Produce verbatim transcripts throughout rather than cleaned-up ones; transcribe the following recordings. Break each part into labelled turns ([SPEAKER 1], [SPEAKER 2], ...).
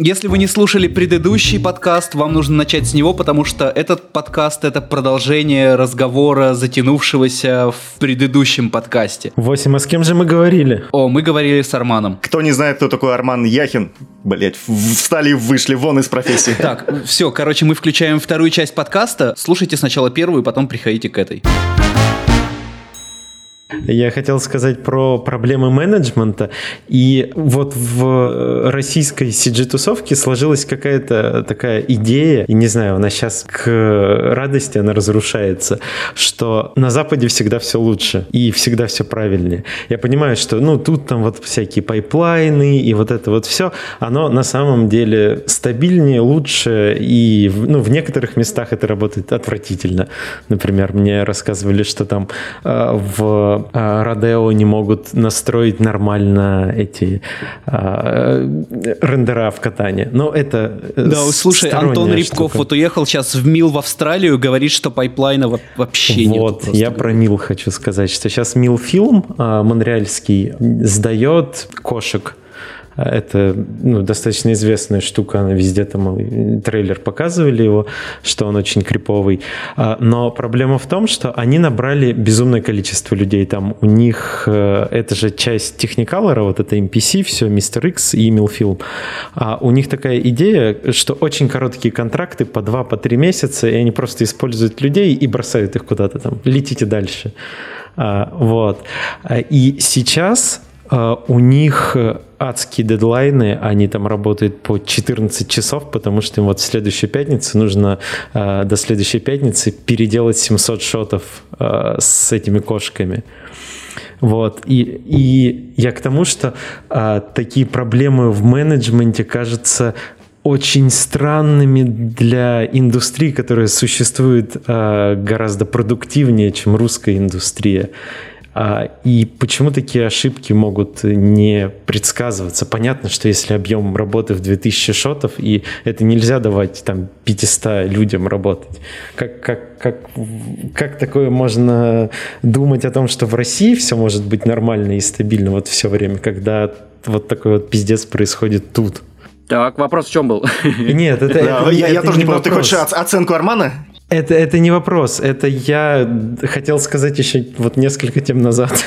[SPEAKER 1] Если вы не слушали предыдущий подкаст, вам нужно начать с него, потому что этот подкаст — это продолжение разговора, затянувшегося в предыдущем подкасте.
[SPEAKER 2] Восемь, а с кем же мы говорили?
[SPEAKER 1] О, мы говорили с Арманом.
[SPEAKER 3] Кто не знает, кто такой Арман Яхин, блять, встали и вышли вон из профессии.
[SPEAKER 1] Так, все, короче, мы включаем вторую часть подкаста. Слушайте сначала первую, потом приходите к этой.
[SPEAKER 2] Я хотел сказать про проблемы менеджмента. И вот в российской си джи-тусовке сложилась какая-то такая идея, и не знаю, она сейчас к радости, она разрушается, что на Западе всегда все лучше и всегда все правильнее. Я понимаю, что ну тут там вот всякие пайплайны и вот это вот все, оно на самом деле стабильнее, лучше, и ну, в некоторых местах это работает отвратительно. Например, мне рассказывали, что там э, в Родео не могут настроить нормально эти а, рендера в катании. Но это
[SPEAKER 1] Да, слушай, Антон Рябков
[SPEAKER 2] штука.
[SPEAKER 1] вот уехал сейчас в МИЛ в Австралию, говорит, что пайплайна вообще нет.
[SPEAKER 2] Вот, я про МИЛ хочу сказать, что сейчас Милфилм а, монреальский сдает кошек. Это ну, достаточно известная штука, она везде там трейлер показывали его, что он очень криповый. Но проблема в том, что они набрали безумное количество людей. Там у них это же часть техникалора, вот это эм пи си, все, мистер Икс и Милфилм. А у них такая идея, что очень короткие контракты по два, по три месяца, и они просто используют людей и бросают их куда-то там. Летите дальше. Вот. И сейчас у них адские дедлайны, они там работают по четырнадцать часов, потому что им вот в следующую пятницу нужно э, до следующей пятницы переделать семьсот шотов э, с этими кошками. Вот. И, и я к тому, что э, такие проблемы в менеджменте кажутся очень странными для индустрии, которая существует э, гораздо продуктивнее, чем русская индустрия. И почему такие ошибки могут не предсказываться? Понятно, что если объем работы в две тысячи шотов, и это нельзя давать там пятьюстам людям работать. Как, как, как, как такое можно думать о том, что в России все может быть нормально и стабильно вот все время, когда вот такой вот пиздец происходит тут?
[SPEAKER 4] Так, вопрос в чем был?
[SPEAKER 2] Нет, это,
[SPEAKER 3] да,
[SPEAKER 2] это,
[SPEAKER 3] я,
[SPEAKER 2] это
[SPEAKER 3] я тоже не понял, ты
[SPEAKER 2] вопрос.
[SPEAKER 3] хочешь оценку Армана?
[SPEAKER 2] Это, это не вопрос, это я хотел сказать еще вот несколько тем назад.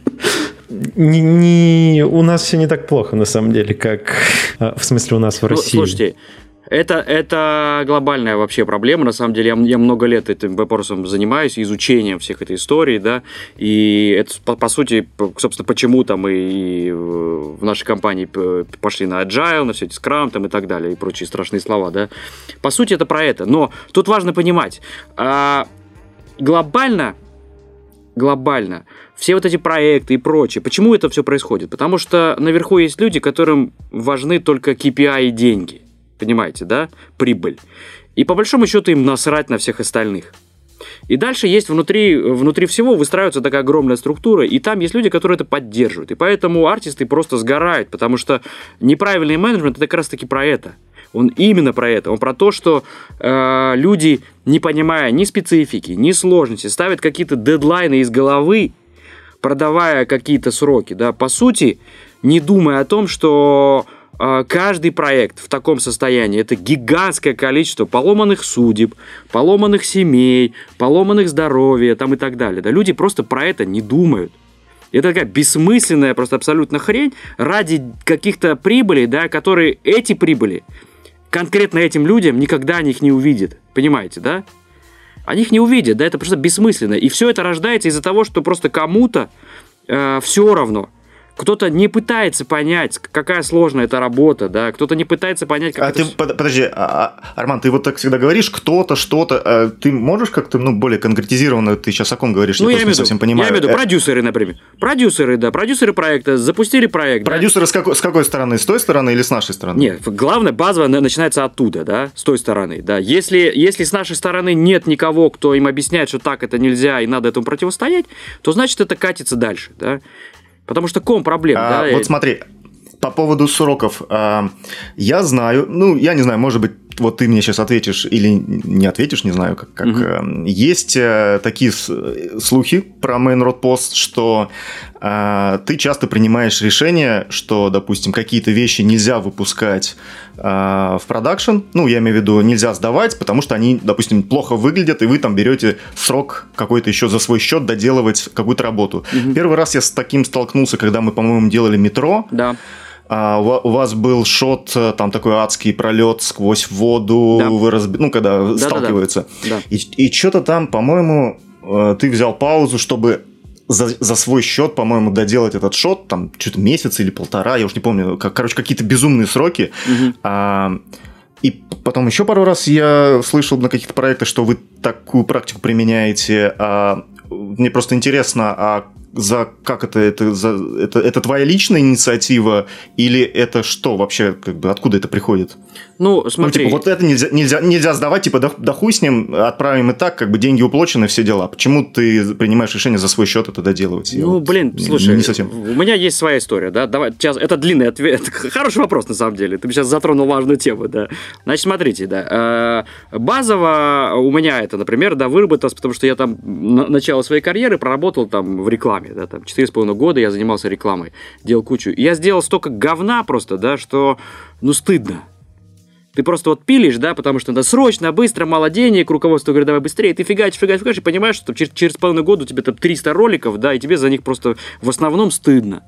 [SPEAKER 2] Не, не, у нас все не так плохо, на самом деле, как в смысле у нас в России.
[SPEAKER 4] Ну, слушайте, это, это глобальная вообще проблема, на самом деле. Я, я много лет этим вопросом занимаюсь, изучением всех этой истории, да, и это, по, по сути, собственно, почему там и в нашей компании пошли на Agile, на все эти Scrum там и так далее, и прочие страшные слова, да. По сути, это про это. Но тут важно понимать, а, глобально, глобально, все вот эти проекты и прочее, почему это все происходит? Потому что наверху есть люди, которым важны только кей пи ай и деньги. Понимаете, да? Прибыль. И по большому счету им насрать на всех остальных. И дальше есть внутри, внутри всего выстраивается такая огромная структура, и там есть люди, которые это поддерживают. И поэтому артисты просто сгорают, потому что неправильный менеджмент — это как раз-таки про это. Он именно про это. Он про то, что э, люди, не понимая ни специфики, ни сложности, ставят какие-то дедлайны из головы, продавая какие-то сроки. Да? По сути, не думая о том, что каждый проект в таком состоянии — это гигантское количество поломанных судеб, поломанных семей, поломанных здоровья там и так далее. Да, люди просто про это не думают. Это такая бессмысленная просто абсолютно хрень ради каких-то прибылей, да, которые эти прибыли конкретно этим людям никогда они их не увидят. Понимаете, да? Они их не увидят, да, это просто бессмысленно. И все это рождается из-за того, что просто кому-то э, все равно. Кто-то не пытается понять, какая сложная эта работа, да, кто-то не пытается понять, как
[SPEAKER 3] а
[SPEAKER 4] это...
[SPEAKER 3] ты, под, подожди, а, Арман, ты вот так всегда говоришь, кто-то, что-то, а ты можешь как-то, ну, более конкретизированно, ты сейчас о ком говоришь,
[SPEAKER 4] ну,
[SPEAKER 3] я,
[SPEAKER 4] я
[SPEAKER 3] просто не совсем понимаю.
[SPEAKER 4] Я имею в виду продюсеры, например. Продюсеры, да, продюсеры проекта запустили проект.
[SPEAKER 3] Продюсеры
[SPEAKER 4] да?
[SPEAKER 3] с, какой, с какой стороны, с той стороны или с нашей стороны?
[SPEAKER 4] Нет, главное, базово начинается оттуда, да, с той стороны, да. Если, если с нашей стороны нет никого, кто им объясняет, что так это нельзя и надо этому противостоять, то значит это катится дальше, да. Потому что ком проблем,
[SPEAKER 3] а,
[SPEAKER 4] да?
[SPEAKER 3] Вот смотри, по поводу сроков. А, я знаю, ну, я не знаю, может быть, вот ты мне сейчас ответишь или не ответишь, не знаю, как. как mm-hmm. Есть такие слухи про Main Road Post, что э, ты часто принимаешь решение, что, допустим, какие-то вещи нельзя выпускать э, в продакшн, ну, я имею в виду, нельзя сдавать, потому что они, допустим, плохо выглядят, и вы там берете срок какой-то еще за свой счет доделывать какую-то работу. Mm-hmm. Первый раз я с таким столкнулся, когда мы, по-моему, делали «Метро».
[SPEAKER 4] Да.
[SPEAKER 3] А у вас был шот, там такой адский пролет сквозь воду, да. вы разби... ну, когда да, сталкиваются.
[SPEAKER 4] Да, да. Да.
[SPEAKER 3] И, и что-то там, по-моему, ты взял паузу, чтобы за, за свой счет, по-моему, доделать этот шот, там, что-то месяц или полтора, я уж не помню, как, короче, какие-то безумные сроки. Угу. А, и потом еще пару раз я слышал на каких-то проектах, что вы такую практику применяете. А, мне просто интересно, а за как это это, за, это это твоя личная инициатива или это что вообще, как бы откуда это приходит?
[SPEAKER 4] Ну, смотри.
[SPEAKER 3] Ну, типа, вот это нельзя, нельзя, нельзя сдавать, типа, да, да хуй с ним, отправим и так, как бы деньги уплочены, все дела. Почему ты принимаешь решение за свой счет это доделывать?
[SPEAKER 4] Ну,
[SPEAKER 3] вот
[SPEAKER 4] блин, слушай,
[SPEAKER 3] не совсем.
[SPEAKER 4] У меня есть своя история, да, давай, сейчас, это длинный ответ, хороший вопрос, на самом деле, ты сейчас затронул важную тему, да. Значит, смотрите, да, базово у меня это, например, да, выработалось, потому что я там на начало своей карьеры проработал там в рекламе, да, там четыре с половиной года я занимался рекламой, делал кучу. И я сделал столько говна просто, да, что, ну, стыдно. Ты просто вот пилишь, да, потому что это срочно, быстро, мало денег, руководство говорит, давай быстрее, ты фигачишь, фигачишь, фигачишь, и понимаешь, что через, через половину года у тебя там триста роликов, да, и тебе за них просто в основном стыдно.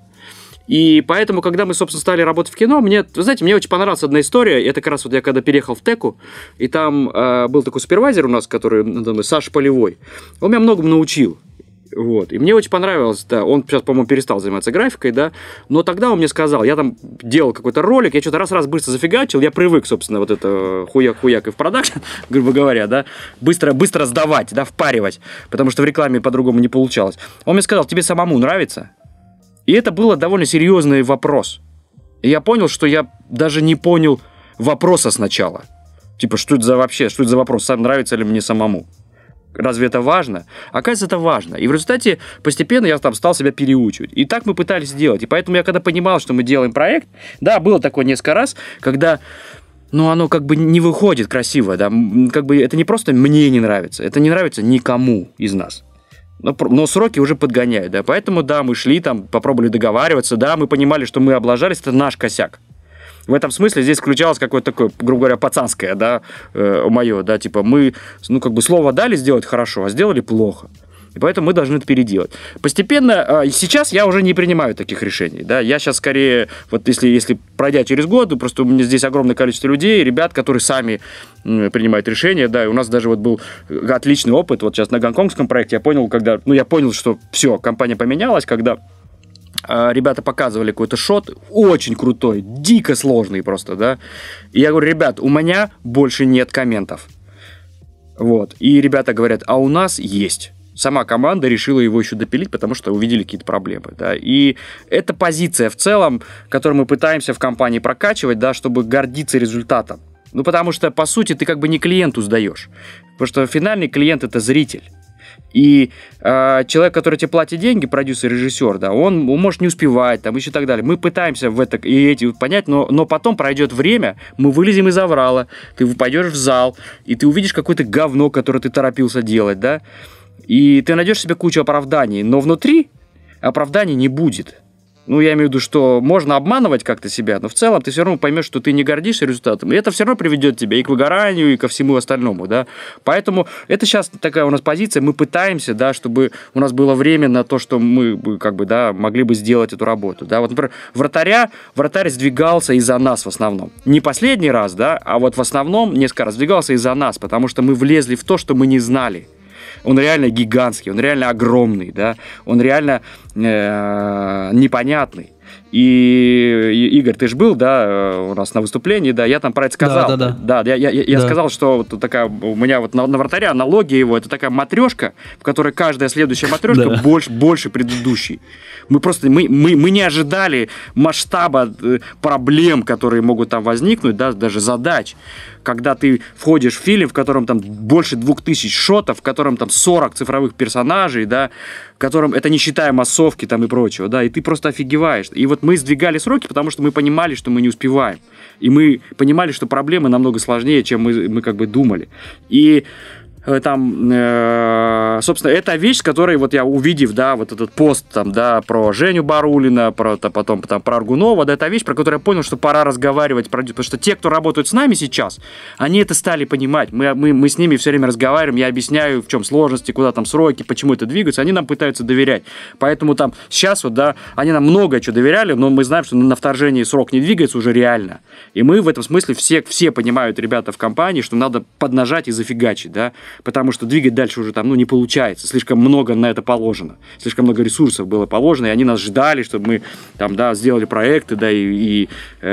[SPEAKER 4] И поэтому, когда мы, собственно, стали работать в кино, мне, вы знаете, мне очень понравилась одна история, это как раз вот я когда переехал в Теку, и там э, был такой супервайзер у нас, который, ну, Саша Полевой, он меня многому научил. Вот. И мне очень понравилось, да, он сейчас, по-моему, перестал заниматься графикой, да, но тогда он мне сказал, я там делал какой-то ролик, я что-то раз-раз быстро зафигачил, я привык, собственно, вот это хуяк-хуяк и в продакшн, грубо говоря, да, быстро-быстро сдавать, да, впаривать, потому что в рекламе по-другому не получалось. Он мне сказал, тебе самому нравится? И это было довольно серьезный вопрос. И я понял, что я даже не понял вопроса сначала. Типа, что это за вообще, что это за вопрос, сам нравится ли мне самому? Разве это важно? Оказывается, это важно. И в результате постепенно я там стал себя переучивать. И так мы пытались сделать. И поэтому я когда понимал, что мы делаем проект, да, было такое несколько раз, когда, ну, оно как бы не выходит красиво, да, как бы это не просто мне не нравится, это не нравится никому из нас. Но, но сроки уже подгоняют, да, поэтому, да, мы шли там, попробовали договариваться, да, мы понимали, что мы облажались, это наш косяк. В этом смысле здесь включалось какое-то такое, грубо говоря, пацанское, да, э, мое, да, типа мы, ну, как бы слово дали сделать хорошо, а сделали плохо. И поэтому мы должны это переделать. Постепенно, э, сейчас я уже не принимаю таких решений, да, я сейчас скорее, вот если, если пройдя через год, просто у меня здесь огромное количество людей, ребят, которые сами э, принимают решения, да, и у нас даже вот был отличный опыт, вот сейчас на гонконгском проекте я понял, когда, ну, я понял, что все, компания поменялась, когда ребята показывали какой-то шот, очень крутой, дико сложный просто, да. И я говорю, ребят, у меня больше нет комментов. Вот. И ребята говорят, а у нас есть. Сама команда решила его еще допилить, потому что увидели какие-то проблемы, да. И это позиция в целом, которую мы пытаемся в компании прокачивать, да, чтобы гордиться результатом. Ну, потому что, по сути, ты как бы не клиенту сдаешь. Потому что финальный клиент – это зритель. И э, человек, который тебе платит деньги, продюсер, режиссер, да, он, он может не успевать, там, еще так далее. Мы пытаемся в это и эти понять, но, но потом пройдет время, мы вылезем из аврала, ты пойдешь в зал, и ты увидишь какое-то говно, которое ты торопился делать, да, и ты найдешь себе кучу оправданий, но внутри оправданий не будет. Ну, я имею в виду, что можно обманывать как-то себя, но в целом ты все равно поймешь, что ты не гордишься результатом, и это все равно приведет тебя и к выгоранию, и ко всему остальному, да. Поэтому это сейчас такая у нас позиция, мы пытаемся, да, чтобы у нас было время на то, что мы, как бы, да, могли бы сделать эту работу, да. Вот, например, вратаря, вратарь сдвигался из-за нас в основном. Не последний раз, да, а вот в основном несколько раз сдвигался из-за нас, потому что мы влезли в то, что мы не знали. Он реально гигантский, он реально огромный, да, он реально э, непонятный. И, и, Игорь, ты же был, да, у нас на выступлении, да, я там про это сказал.
[SPEAKER 1] Да, да, да.
[SPEAKER 4] Да, я, я, я
[SPEAKER 1] да. сказал,
[SPEAKER 4] что вот такая, у меня вот на, на вратаря аналогия его, это такая матрешка, в которой каждая следующая матрешка да. больше, больше предыдущей. Мы просто, мы, мы, мы не ожидали масштаба проблем, которые могут там возникнуть, да, даже задач. Когда ты входишь в фильм, в котором там больше двух тысяч шотов, в котором там сорок цифровых персонажей, да, в котором, это не считая массовки там и прочего, да, и ты просто офигеваешь. И вот мы сдвигали сроки, потому что мы понимали, что мы не успеваем. И мы понимали, что проблемы намного сложнее, чем мы, мы как бы думали. И там, э, собственно, это вещь, с которой вот я, увидев, да, вот этот пост там, да, про Женю Барулина, про, то, потом там, про Аргунова, да, это вещь, про которую я понял, что пора разговаривать, про, потому что те, кто работают с нами сейчас, они это стали понимать, мы, мы, мы с ними все время разговариваем, я объясняю, в чем сложности, куда там сроки, почему это двигается, они нам пытаются доверять, поэтому там сейчас вот, да, они нам многое что доверяли, но мы знаем, что на вторжении срок не двигается уже реально, и мы в этом смысле все, все понимают, ребята в компании, что надо поднажать и зафигачить, да, потому что двигать дальше уже там, ну, не получается. Слишком много на это положено. Слишком много ресурсов было положено, и они нас ждали, чтобы мы там, да, сделали проекты, да, и, и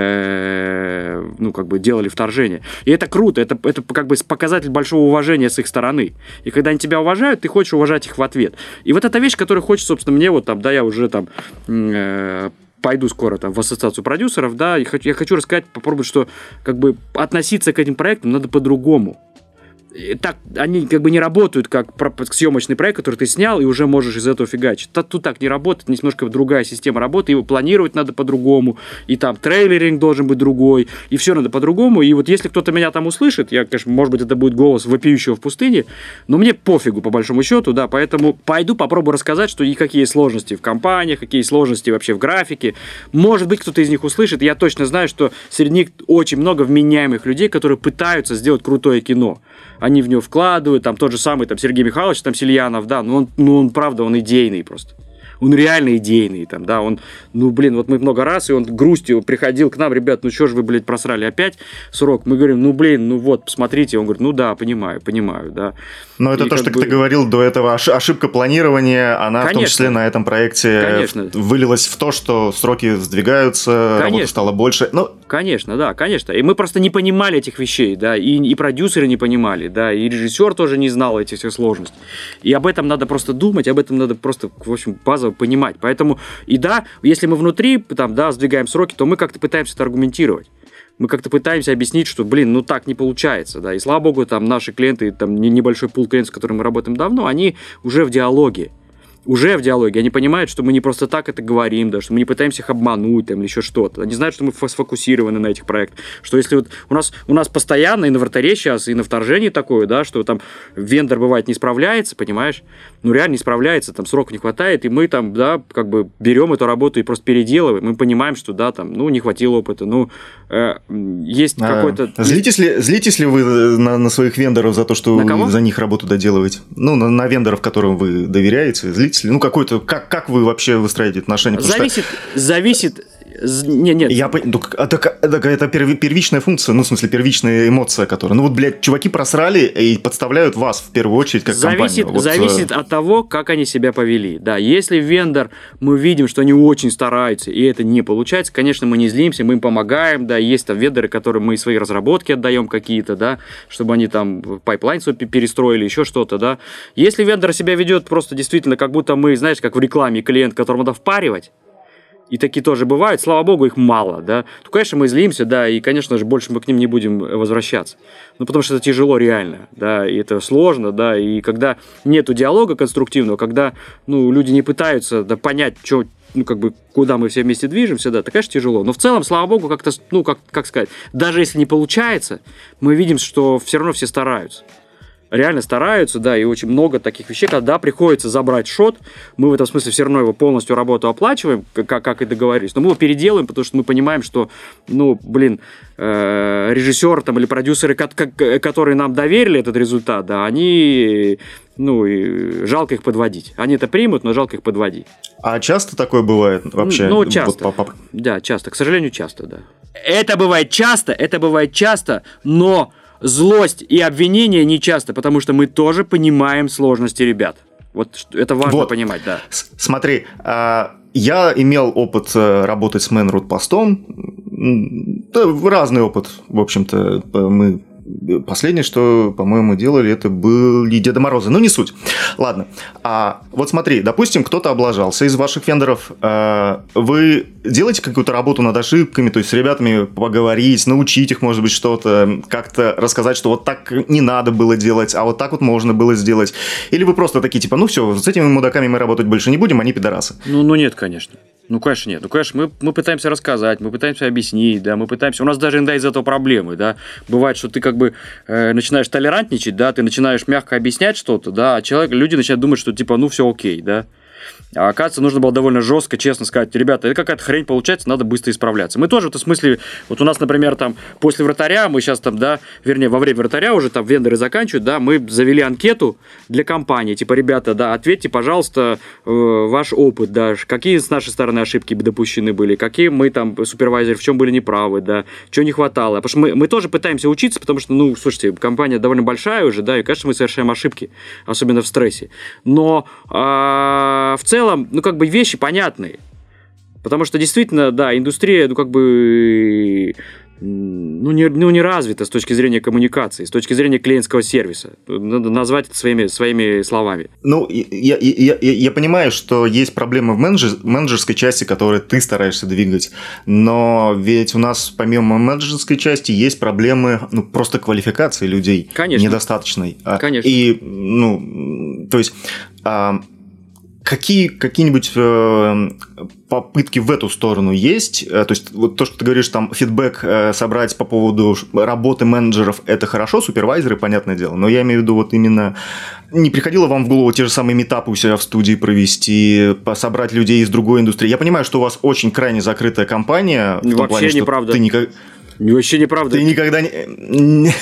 [SPEAKER 4] э, ну, как бы делали вторжение. И это круто, это, это как бы показатель большого уважения с их стороны. И когда они тебя уважают, ты хочешь уважать их в ответ. И вот эта вещь, которую хочется, собственно, мне вот там, да, я уже там... Э, пойду скоро там в ассоциацию продюсеров, да, и хочу, я хочу рассказать, попробовать, что как бы относиться к этим проектам надо по-другому. Так, они как бы не работают, как съемочный проект, который ты снял, и уже можешь из этого фигачить. Тут так не работает, немножко другая система работы, его планировать надо по-другому, и там трейлеринг должен быть другой, и все надо по-другому. И вот если кто-то меня там услышит, я, конечно, может быть, это будет голос вопиющего в пустыне, но мне пофигу, по большому счету, да, поэтому пойду попробую рассказать, что и какие сложности в компаниях, какие сложности вообще в графике. Может быть, кто-то из них услышит, я точно знаю, что среди них очень много вменяемых людей, которые пытаются сделать крутое кино. Они в него вкладывают, там тот же самый там, Сергей Михайлович, там Сельянов, да, ну он, ну он, правда, он идейный просто. Он реально идейный, там, да, он, ну, блин, вот мы много раз, и он грустью приходил к нам, ребят, ну, что ж вы, блядь, просрали опять срок? Мы говорим, ну, блин, ну, вот, посмотрите, он говорит, ну, да, понимаю, понимаю, да.
[SPEAKER 3] Но это и то, что бы... ты говорил до этого, ошибка планирования, она Конечно. в том числе на этом проекте Конечно. вылилась в то, что сроки сдвигаются, Конечно. работы стало больше, ну...
[SPEAKER 4] Конечно, да, конечно, и мы просто не понимали этих вещей, да, и, и продюсеры не понимали, да, и режиссер тоже не знал этих всех сложностей, и об этом надо просто думать, об этом надо просто, в общем, базово понимать. Поэтому, и да, если мы внутри, там, да, сдвигаем сроки, то мы как-то пытаемся это аргументировать. Мы как-то пытаемся объяснить, что, блин, ну так не получается, да, и слава богу, там, наши клиенты, там, небольшой пул клиентов, с которыми мы работаем давно, они уже в диалоге. Уже в диалоге, они понимают, что мы не просто так это говорим, да, что мы не пытаемся их обмануть там, или еще что-то. Они знают, что мы сфокусированы на этих проектах. Что если вот у нас, у нас постоянно и на вратаре сейчас, и на вторжении такое, да, что там вендор бывает не справляется, понимаешь? Ну реально не справляется, там срока не хватает, и мы там, да, как бы берем эту работу и просто переделываем. Мы понимаем, что, да, там, ну, не хватило опыта, ну, э, есть а, какой-то...
[SPEAKER 3] Злитесь ли, злитесь ли вы на, на своих вендоров за то, что на вы кого? за них работу доделываете? Ну, на, на вендоров, которым вы доверяете, злитесь? Ну, какой-то, как, как вы вообще выстраиваете отношения?
[SPEAKER 4] Зависит, что... зависит, нет, нет.
[SPEAKER 3] Я, это, это, это первичная функция, ну, в смысле, первичная эмоция, которая... Ну, вот, блядь, чуваки просрали и подставляют вас, в первую очередь, как
[SPEAKER 4] зависит,
[SPEAKER 3] компанию. Вот,
[SPEAKER 4] зависит от того, как они себя повели. Да, если вендор, мы видим, что они очень стараются, и это не получается, конечно, мы не злимся, мы им помогаем, да, есть там вендоры, которым мы свои разработки отдаем какие-то, да, чтобы они там пайплайн свой перестроили, еще что-то, да. Если вендор себя ведет просто действительно, как будто мы, знаешь, как в рекламе клиент, которому надо впаривать, и такие тоже бывают, слава богу, их мало, да, то, конечно, мы злимся, да, и, конечно же, больше мы к ним не будем возвращаться. Ну, потому что это тяжело реально, да, и это сложно, да, и когда нету диалога конструктивного, когда, ну, люди не пытаются, да, понять, что, ну, как бы, куда мы все вместе движемся, да, то, конечно, тяжело. Но в целом, слава богу, как-то, ну, как, как сказать, даже если не получается, мы видим, что все равно все стараются. Реально стараются, да, и очень много таких вещей, когда приходится забрать шот, мы в этом смысле все равно его полностью работу оплачиваем, как, как и договорились, но мы его переделаем, потому что мы понимаем, что, ну, блин, э, режиссер там или продюсеры, которые нам доверили этот результат, да, они, ну, и жалко их подводить. Они это примут, но жалко их подводить.
[SPEAKER 3] А часто такое бывает вообще?
[SPEAKER 4] Ну, часто, вот, по... да, часто, к сожалению, часто, да. Это бывает часто, это бывает часто, но... Злость и обвинения не часто, потому что мы тоже понимаем сложности ребят. Вот это важно вот. понимать, да.
[SPEAKER 3] С- смотри, а, я имел опыт работать с Main.ru-постом. Разный опыт, в общем-то. Мы... Последнее, что, по-моему, делали, это были Деда Морозы. Ну, не суть. Ладно. А вот смотри, допустим, кто-то облажался из ваших вендоров. А, вы делаете какую-то работу над ошибками, то есть с ребятами поговорить, научить их, может быть, что-то, как-то рассказать, что вот так не надо было делать, а вот так вот можно было сделать. Или вы просто такие, типа, ну все, с этими мудаками мы работать больше не будем, они пидорасы.
[SPEAKER 4] Ну, ну нет, конечно. Ну, конечно, нет. Ну, конечно, мы, мы пытаемся рассказать, мы пытаемся объяснить, да, мы пытаемся... У нас даже иногда из этого проблемы, да. Бывает, что ты как бы э, начинаешь толерантничать, да, ты начинаешь мягко объяснять что-то, да, а человек, люди начинают думать, что типа, ну, все окей, да. А оказывается, нужно было довольно жестко, честно сказать, ребята, это какая-то хрень получается, надо быстро исправляться. Мы тоже в этом смысле, вот у нас, например, там, после вратаря, мы сейчас там, да, вернее, во время вратаря уже там вендоры заканчивают, да, мы завели анкету для компании, типа, ребята, да, ответьте, пожалуйста, э, ваш опыт, да, какие с нашей стороны ошибки допущены были, какие мы там, супервайзеры, в чем были неправы, да, чего не хватало. Потому что мы, мы тоже пытаемся учиться, потому что, ну, слушайте, компания довольно большая уже, да, и, конечно, мы совершаем ошибки, особенно в стрессе. Но э, в целом, ну, как бы вещи понятные. Потому что действительно, да, индустрия, ну, как бы, ну, не, ну, не развита с точки зрения коммуникации, с точки зрения клиентского сервиса. Надо назвать это своими, своими словами.
[SPEAKER 3] Ну, я, я, я, я понимаю, что есть проблемы в менеджер, менеджерской части, которые ты стараешься двигать, но ведь у нас помимо менеджерской части есть проблемы, ну, просто квалификации людей.
[SPEAKER 4] Конечно.
[SPEAKER 3] Недостаточной.
[SPEAKER 4] Конечно.
[SPEAKER 3] И, ну, то есть... Какие, какие-нибудь э, попытки в эту сторону есть? То есть, вот то, что ты говоришь, там, фидбэк э, собрать по поводу работы менеджеров, это хорошо, супервайзеры, понятное дело, но я имею в виду вот именно... Не приходило вам в голову те же самые митапы у себя в студии провести, собрать людей из другой индустрии? Я понимаю, что у вас очень крайне закрытая компания. В том
[SPEAKER 4] Вообще
[SPEAKER 3] плане, что
[SPEAKER 4] неправда.
[SPEAKER 3] Ты никак...
[SPEAKER 4] Вообще неправда.
[SPEAKER 3] Ты никогда не...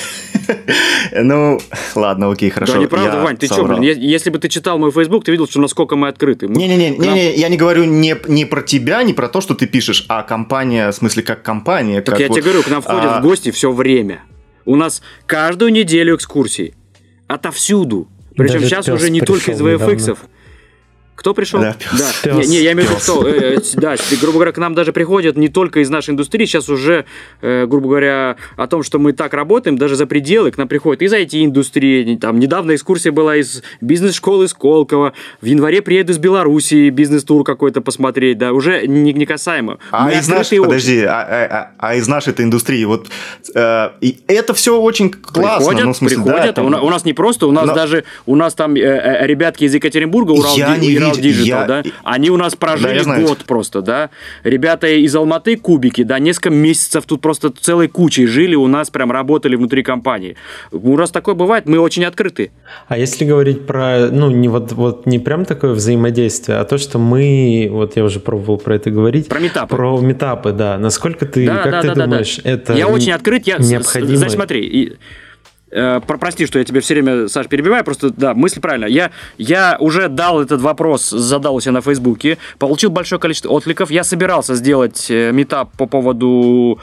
[SPEAKER 3] Ну, ладно, окей, хорошо.
[SPEAKER 4] Да, неправда, Вань, ты что, блин, если бы ты читал мой Facebook, ты видел, что насколько мы открыты.
[SPEAKER 3] Не-не-не, нам... я не говорю не, не про тебя, не про то, что ты пишешь, а компания, в смысле, как компания.
[SPEAKER 4] Так
[SPEAKER 3] как
[SPEAKER 4] я
[SPEAKER 3] вот...
[SPEAKER 4] тебе говорю, к нам входят а... в гости все время. У нас каждую неделю экскурсии. Отовсюду. Причем даже сейчас уже не только из ви эф икс-ов. Кто пришел? Да,
[SPEAKER 3] пес.
[SPEAKER 4] Да. Не, не, я имею в виду, что, э, да, грубо говоря, к нам даже приходят не только из нашей индустрии, сейчас уже, э, грубо говоря, о том, что мы так работаем, даже за пределы, к нам приходят из ай ти-индустрии, там, недавно экскурсия была из бизнес-школы Сколково, в январе приеду из Белоруссии, бизнес-тур какой-то посмотреть, да, уже не, не касаемо.
[SPEAKER 3] А мы из нашей, подожди, а, а, а из нашей-то индустрии, вот, э, и это все очень классно.
[SPEAKER 4] Приходят,
[SPEAKER 3] ну, в смысле,
[SPEAKER 4] приходят,
[SPEAKER 3] да, там...
[SPEAKER 4] у, у нас не просто, у нас
[SPEAKER 3] Но...
[SPEAKER 4] даже, у нас там э, э, ребятки из Екатеринбурга, Урал,
[SPEAKER 3] я
[SPEAKER 4] Ди,
[SPEAKER 3] не
[SPEAKER 4] Урал
[SPEAKER 3] видел,
[SPEAKER 4] Digital,
[SPEAKER 3] я...
[SPEAKER 4] да, они у нас прожили
[SPEAKER 3] да,
[SPEAKER 4] год просто, да. Ребята из Алматы, Кубики, да, несколько месяцев тут просто целой кучей жили, у нас прям работали внутри компании. У нас такое бывает, мы очень открыты.
[SPEAKER 2] А если говорить про, ну, не вот, вот не прям такое взаимодействие, а то, что мы, вот я уже пробовал про это говорить.
[SPEAKER 4] Про митапы.
[SPEAKER 2] Про митапы, да. Насколько ты,
[SPEAKER 4] да,
[SPEAKER 2] как
[SPEAKER 4] да,
[SPEAKER 2] ты
[SPEAKER 4] да,
[SPEAKER 2] думаешь,
[SPEAKER 4] да, да.
[SPEAKER 2] это
[SPEAKER 4] я очень открыт, я,
[SPEAKER 2] необходимо?
[SPEAKER 4] Значит, смотри, и... Прости, что я тебя все время, Саш, перебиваю, просто, да, мысль правильно. Я, я уже дал этот вопрос, задал у себя на Фейсбуке, получил большое количество откликов. Я собирался сделать митап по поводу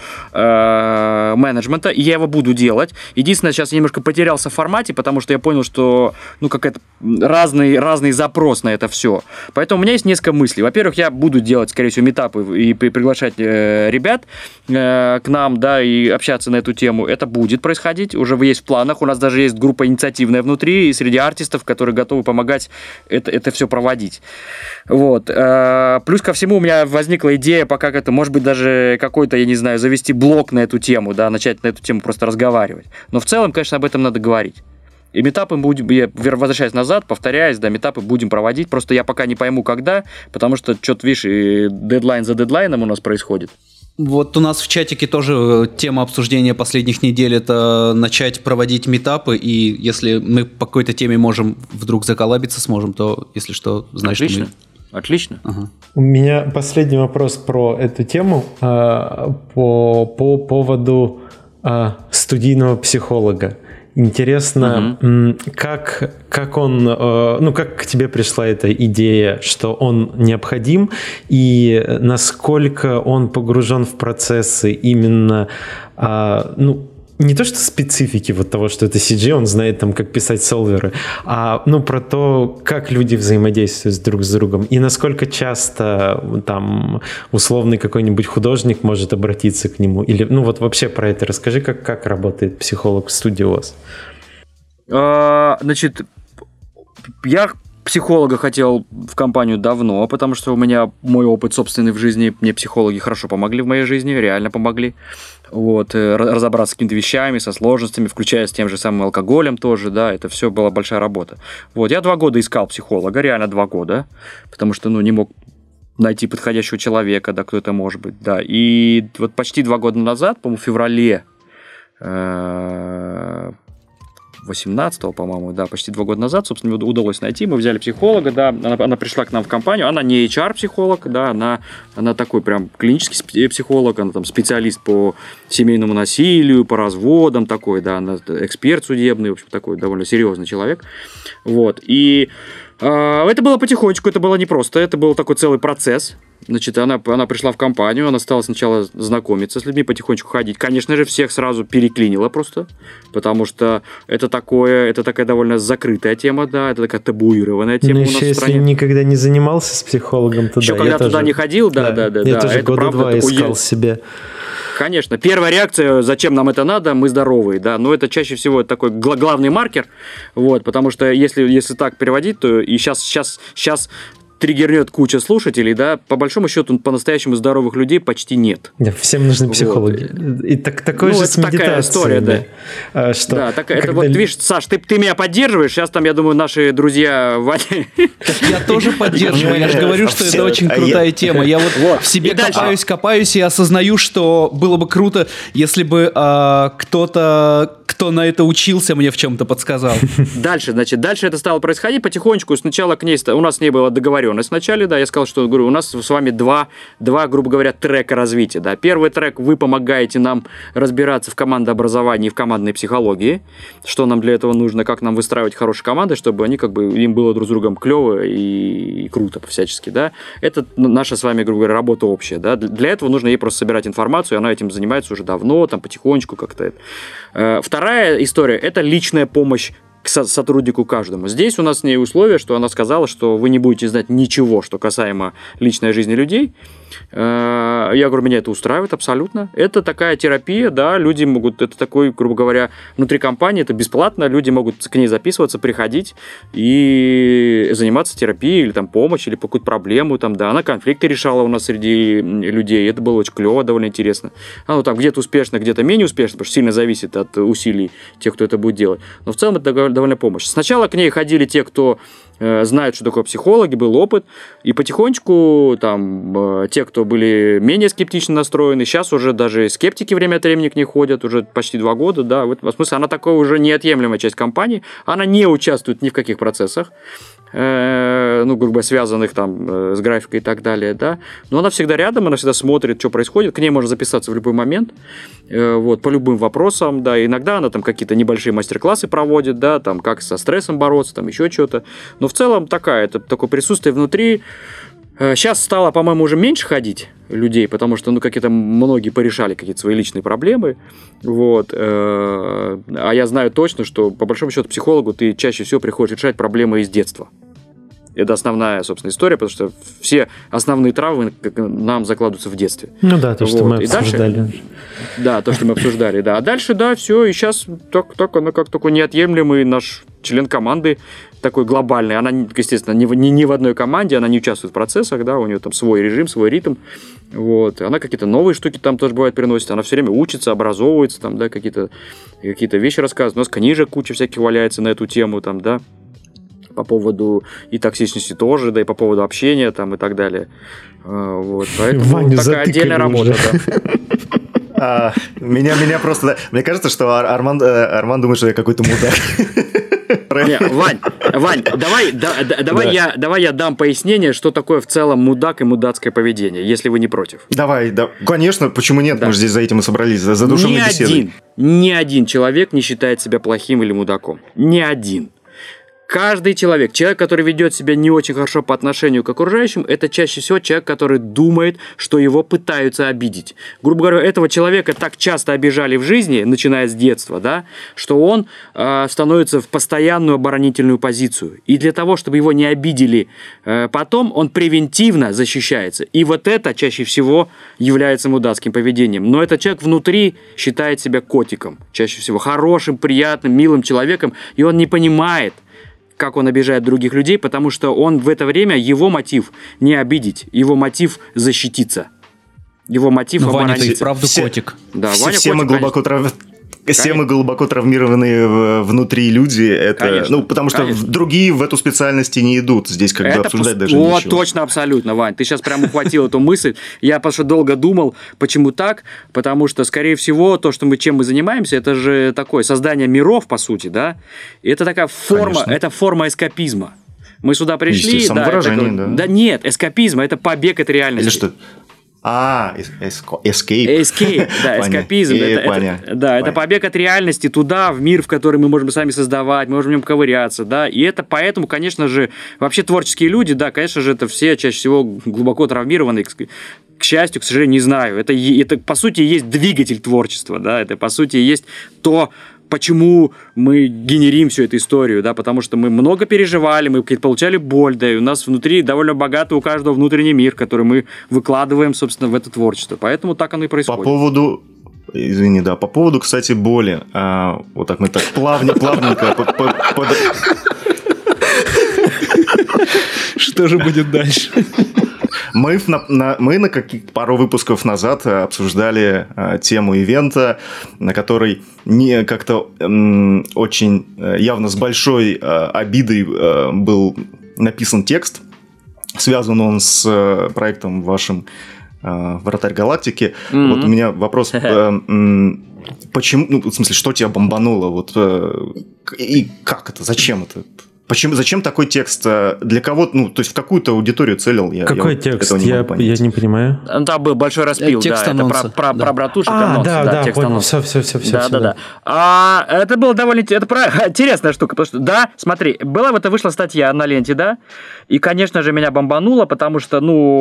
[SPEAKER 4] э, менеджмента, и я его буду делать. Единственное, сейчас я немножко потерялся в формате, потому что я понял, что, ну, какая-то разный, разный запрос на это все. Поэтому у меня есть несколько мыслей. Во-первых, я буду делать, скорее всего, митапы и приглашать э, ребят э, к нам, да, и общаться на эту тему. Это будет происходить, уже есть в плане. У нас даже есть группа инициативная внутри, и среди артистов, которые готовы помогать это, это все проводить. Вот. Плюс ко всему у меня возникла идея, пока это, может быть, даже какой-то, я не знаю, завести блог на эту тему, да, начать на эту тему просто разговаривать. Но в целом, конечно, об этом надо говорить. И митапы будем, я возвращаюсь назад, повторяюсь, да, митапы будем проводить, просто я пока не пойму, когда, потому что, что-то, видишь, дедлайн за дедлайном у нас происходит.
[SPEAKER 1] Вот у нас в чатике тоже тема обсуждения последних недель – это начать проводить митапы, и если мы по какой-то теме можем вдруг заколлабиться сможем, то, если что, значит,
[SPEAKER 4] Отлично.
[SPEAKER 1] мы...
[SPEAKER 4] Отлично.
[SPEAKER 2] Ага. У меня последний вопрос про эту тему, э, по, по поводу э, студийного психолога. Интересно, угу. как, как он, ну, как к тебе пришла эта идея, что он необходим, и насколько он погружен в процессы именно, ну, не то что специфики вот того, что это си джи, он знает там, как писать солверы, а ну про то, как люди взаимодействуют друг с другом, и насколько часто там условный какой-нибудь художник может обратиться к нему, или ну вот вообще про это расскажи, как, как работает психолог в студии у вас.
[SPEAKER 4] А, значит, я психолога хотел в компанию давно, потому что у меня мой опыт собственный в жизни, мне психологи хорошо помогли в моей жизни, реально помогли. Вот, разобраться с какими-то вещами, со сложностями, включая с тем же самым алкоголем тоже, да, это все была большая работа. Вот, я два года искал психолога, реально два года, потому что, ну, не мог найти подходящего человека, да, кто это может быть, да. И вот почти два года назад, по-моему, в феврале восемнадцатого, по-моему, да, почти два года назад, собственно, удалось найти. Мы взяли психолога, да, она, она пришла к нам в компанию, она не эйч ар-психолог, да, она, она такой прям клинический психолог, она там специалист по семейному насилию, по разводам такой, да, она эксперт судебный, в общем, такой довольно серьезный человек, вот, и э, это было потихонечку, это было непросто, это был такой целый процесс. Значит, она, она пришла в компанию, она стала сначала знакомиться с людьми, потихонечку ходить. Конечно же, всех сразу переклинила просто, потому что это, такое, это такая довольно закрытая тема, да, это такая табуированная тема.
[SPEAKER 2] Ну,
[SPEAKER 4] у нас
[SPEAKER 2] еще
[SPEAKER 4] в стране.
[SPEAKER 2] Если никогда не занимался с психологом, то
[SPEAKER 4] еще
[SPEAKER 2] да.
[SPEAKER 4] когда
[SPEAKER 2] я
[SPEAKER 4] туда
[SPEAKER 2] тоже,
[SPEAKER 4] не ходил, да, да, да.
[SPEAKER 2] Я
[SPEAKER 4] да,
[SPEAKER 2] тоже
[SPEAKER 4] это
[SPEAKER 2] года
[SPEAKER 4] правда,
[SPEAKER 2] два искал
[SPEAKER 4] такой...
[SPEAKER 2] себе.
[SPEAKER 4] Конечно. Первая реакция, зачем нам это надо, мы здоровые, да, но это чаще всего такой главный маркер, вот, потому что если, если так переводить, то и сейчас, сейчас, сейчас триггернет куча слушателей, да, по большому счету по-настоящему здоровых людей почти нет.
[SPEAKER 2] Всем нужны психологи. Вот. И так, такой
[SPEAKER 4] ну,
[SPEAKER 2] же
[SPEAKER 4] это
[SPEAKER 2] с медитацией.
[SPEAKER 4] Такая история, да.
[SPEAKER 2] А, что,
[SPEAKER 4] да, такая,
[SPEAKER 2] когда...
[SPEAKER 4] это вот, видишь, Саш, ты, ты меня поддерживаешь, сейчас там, я думаю, наши друзья Ваня...
[SPEAKER 1] Я тоже поддерживаю, я же говорю, что это очень крутая тема. Я вот в себе копаюсь, копаюсь и осознаю, что было бы круто, если бы кто-то, кто на это учился, мне в чем-то подсказал.
[SPEAKER 4] Дальше, значит, дальше это стало происходить потихонечку. Сначала к ней, у нас с ней была договоренность вначале, да, я сказал, что, говорю, у нас с вами два, два, грубо говоря, трека развития, да. Первый трек, вы помогаете нам разбираться в командообразовании и в командной психологии, что нам для этого нужно, как нам выстраивать хорошие команды, чтобы они, как бы, им было друг с другом клево и, и круто всячески, да. Это наша с вами, грубо говоря, работа общая, да. Для этого нужно ей просто собирать информацию, она этим занимается уже давно, там, потихонечку как-то. Вторая история – это личная помощь к сотруднику каждому. Здесь у нас с ней условие, что она сказала, что вы не будете знать ничего, что касаемо личной жизни людей. Я говорю, меня это устраивает абсолютно. Это такая терапия, да, люди могут, это такой, грубо говоря, внутри компании, это бесплатно, люди могут к ней записываться, приходить и заниматься терапией или там помощью, или по какую-то проблему, там, да, она конфликты решала у нас среди людей, это было очень клево, довольно интересно. Оно там где-то успешно, где-то менее успешно, потому что сильно зависит от усилий тех, кто это будет делать. Но в целом это довольно помощь. Сначала к ней ходили те, кто э, знает, что такое психологи, был опыт, и потихонечку там э, те, кто были менее скептично настроены, сейчас уже даже скептики время от времени к ней ходят, уже почти два года, да, в этом смысле она такая уже неотъемлемая часть компании, она не участвует ни в каких процессах, э, ну, грубо говоря, связанных там э, с графикой и так далее, да, но она всегда рядом, она всегда смотрит, что происходит, к ней можно записаться в любой момент, э, вот, по любым вопросам, да, иногда она там какие-то небольшие мастер-классы проводит, да, там, как со стрессом бороться, там, еще что-то, но в целом такая, это такое присутствие внутри. Сейчас стало, по-моему, уже меньше ходить людей, потому что, ну, какие-то многие порешали какие-то свои личные проблемы, вот, а я знаю точно, что, по большому счету, психологу ты чаще всего приходишь решать проблемы из детства. Это основная, собственно, история, потому что все основные травмы нам закладываются в детстве.
[SPEAKER 2] Ну да, то, вот. Что мы обсуждали.
[SPEAKER 4] Дальше, да, то, что мы обсуждали, да. А дальше, да, все, и сейчас так, так она как такой неотъемлемый наш член команды, такой глобальный. Она, естественно, не в, не, не в одной команде, она не участвует в процессах, да, у нее там свой режим, свой ритм. Вот. Она какие-то новые штуки там тоже бывает приносит, она все время учится, образовывается, там, да, какие-то, какие-то вещи рассказывает. У нас книжек куча всяких валяется на эту тему, там, да, по поводу и токсичности тоже, да, и по поводу общения там и так далее. Вот. Поэтому
[SPEAKER 2] Ваню
[SPEAKER 4] такая отдельная работа, да.
[SPEAKER 3] А, меня, меня просто... Да, мне кажется, что Арман, Арман думает, что я какой-то мудак.
[SPEAKER 4] Не, Вань, Вань, давай, да, да, давай, да. Я, давай я дам пояснение, что такое в целом мудак и мудацкое поведение, если вы не против.
[SPEAKER 3] Давай, да. Конечно, почему нет? Да. Мы же здесь за этим и собрались, за задушевной беседой.
[SPEAKER 4] Ни один, ни один человек не считает себя плохим или мудаком. Ни один. Каждый человек, человек, который ведет себя не очень хорошо по отношению к окружающим, это чаще всего человек, который думает, что его пытаются обидеть. Грубо говоря, этого человека так часто обижали в жизни, начиная с детства, да, что он э, становится в постоянную оборонительную позицию. И для того, чтобы его не обидели э, потом, он превентивно защищается. И вот это чаще всего является мудацким поведением. Но этот человек внутри считает себя котиком, чаще всего хорошим, приятным, милым человеком, и он не понимает, как он обижает других людей, потому что он в это время, его мотив не обидеть, его мотив защититься. Его мотив
[SPEAKER 1] ну,
[SPEAKER 4] оборониться.
[SPEAKER 1] Ваня, ты вправду
[SPEAKER 3] все,
[SPEAKER 1] котик.
[SPEAKER 3] Да, все, Ваня все котик, мы глубоко трав... Все мы глубоко травмированные внутри люди, это, конечно, ну, потому что конечно. Другие в эту специальность не идут, здесь как это бы обсуждать пос... даже
[SPEAKER 4] вот,
[SPEAKER 3] нечего.
[SPEAKER 4] Точно, абсолютно, Вань, ты сейчас прям ухватил эту мысль, я просто долго думал, почему так, потому что, скорее всего, то, что мы, чем мы занимаемся, это же такое создание миров, по сути, да, и это такая форма, конечно. Это форма эскапизма. Мы сюда пришли, да,
[SPEAKER 3] самовыражение,
[SPEAKER 4] это,
[SPEAKER 3] да.
[SPEAKER 4] Да нет, эскапизм, это побег от реальности.
[SPEAKER 3] Или что? А, escape.
[SPEAKER 4] Escape, да, эскапизм. Это, это, да, это побег от реальности туда, в мир, в который мы можем сами создавать, мы можем в нем ковыряться, да, и это поэтому, конечно же, вообще творческие люди, да, конечно же, это все чаще всего глубоко травмированные, к счастью, к сожалению, не знаю, это, это по сути есть двигатель творчества, да, это по сути есть то, почему мы генерим всю эту историю, да, потому что мы много переживали, мы получали боль, да, и у нас внутри довольно богатый у каждого внутренний мир, который мы выкладываем, собственно, в это творчество. Поэтому так оно и происходит.
[SPEAKER 3] По поводу... Извини, да, по поводу, кстати, боли. А, вот так мы так плавне, плавненько...
[SPEAKER 1] Что же будет дальше?
[SPEAKER 3] Мы на, на, мы на каких пару выпусков назад обсуждали а, тему ивента, на которой не как-то м, очень явно с большой а, обидой а, был написан текст. Связан он с а, проектом вашим а, «Вратарь галактики». Mm-hmm. Вот у меня вопрос... А, м, почему, ну, в смысле, что тебя бомбануло? Вот, а, и как это? Зачем это? Почему, зачем такой текст? Для кого? Ну, то есть в какую-то аудиторию целил? Я,
[SPEAKER 2] Какой
[SPEAKER 3] я
[SPEAKER 2] текст? Не я, я не понимаю.
[SPEAKER 4] Там был большой распил,
[SPEAKER 1] текст
[SPEAKER 4] да.
[SPEAKER 1] анонса.
[SPEAKER 4] Это про, про,
[SPEAKER 1] да.
[SPEAKER 4] про братушек
[SPEAKER 2] а,
[SPEAKER 4] анонс.
[SPEAKER 2] Да,
[SPEAKER 4] да,
[SPEAKER 2] да,
[SPEAKER 4] текст
[SPEAKER 2] понял.
[SPEAKER 4] анонса.
[SPEAKER 2] Все, все, все, все.
[SPEAKER 4] Да,
[SPEAKER 2] все
[SPEAKER 4] да,
[SPEAKER 2] да.
[SPEAKER 4] да. А, это было довольно это про... интересная штука, потому что, да, смотри, была вот вышла статья на ленте, да, и, конечно же, меня бомбануло, потому что,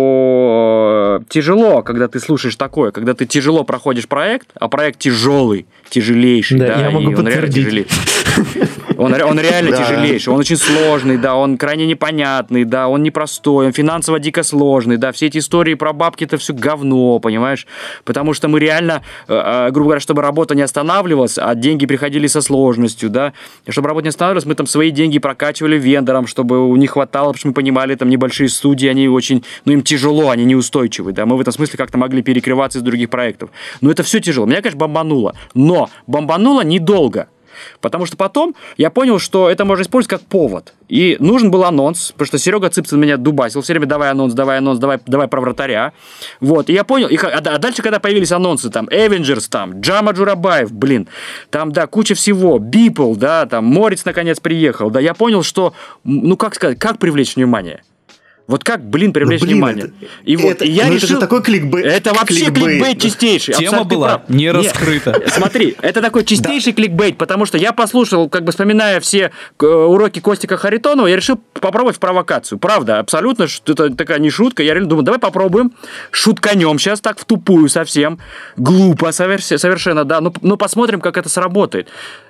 [SPEAKER 4] ну, тяжело, когда ты слушаешь такое, когда ты тяжело проходишь проект, а проект тяжелый, тяжелейший, да,
[SPEAKER 2] да я могу
[SPEAKER 4] и он реально тяжелейший. Он, он реально да. тяжелейший, он очень сложный, да, он крайне непонятный, да, он непростой, он финансово дико сложный, да, все эти истории про бабки это все говно, понимаешь, потому что мы реально, э, грубо говоря, чтобы работа не останавливалась, а деньги приходили со сложностью, да, и чтобы работа не останавливалась, мы там свои деньги прокачивали вендорам, чтобы у них хватало, потому что мы понимали, там небольшие студии, они очень, ну им тяжело, они неустойчивы, да, мы в этом смысле как-то могли перекрываться из других проектов, но это все тяжело, меня, конечно, бомбануло, но бомбануло недолго. Потому что потом я понял, что это можно использовать как повод. И нужен был анонс, потому что Серега Цыпцин меня дубасил все время: давай анонс, давай анонс, давай, давай про вратаря. Вот, и я понял. И, а, а дальше, когда появились анонсы, там, Avengers, там, Джама Джурабаев, блин, там, да, куча всего, Бипл, да, там, Морец наконец приехал, да, я понял, что, ну, как сказать, как привлечь внимание? Вот как, блин, привлечь ну, блин, внимание? Это, и вот,
[SPEAKER 3] это,
[SPEAKER 4] и я
[SPEAKER 3] ну
[SPEAKER 4] решил...
[SPEAKER 3] это же такой кликбейт.
[SPEAKER 4] Это вообще кликбейт, кликбейт чистейший.
[SPEAKER 1] Тема была прав. Не раскрыта.
[SPEAKER 4] Нет, смотри, это такой чистейший да. кликбейт, потому что я послушал, как бы вспоминая все уроки Костика Харитонова, я решил попробовать в провокацию. Правда, абсолютно, это такая не шутка. Я реально думаю, давай попробуем, шутканем сейчас так в тупую совсем, глупо совершенно, да, но, но посмотрим, как это сработает.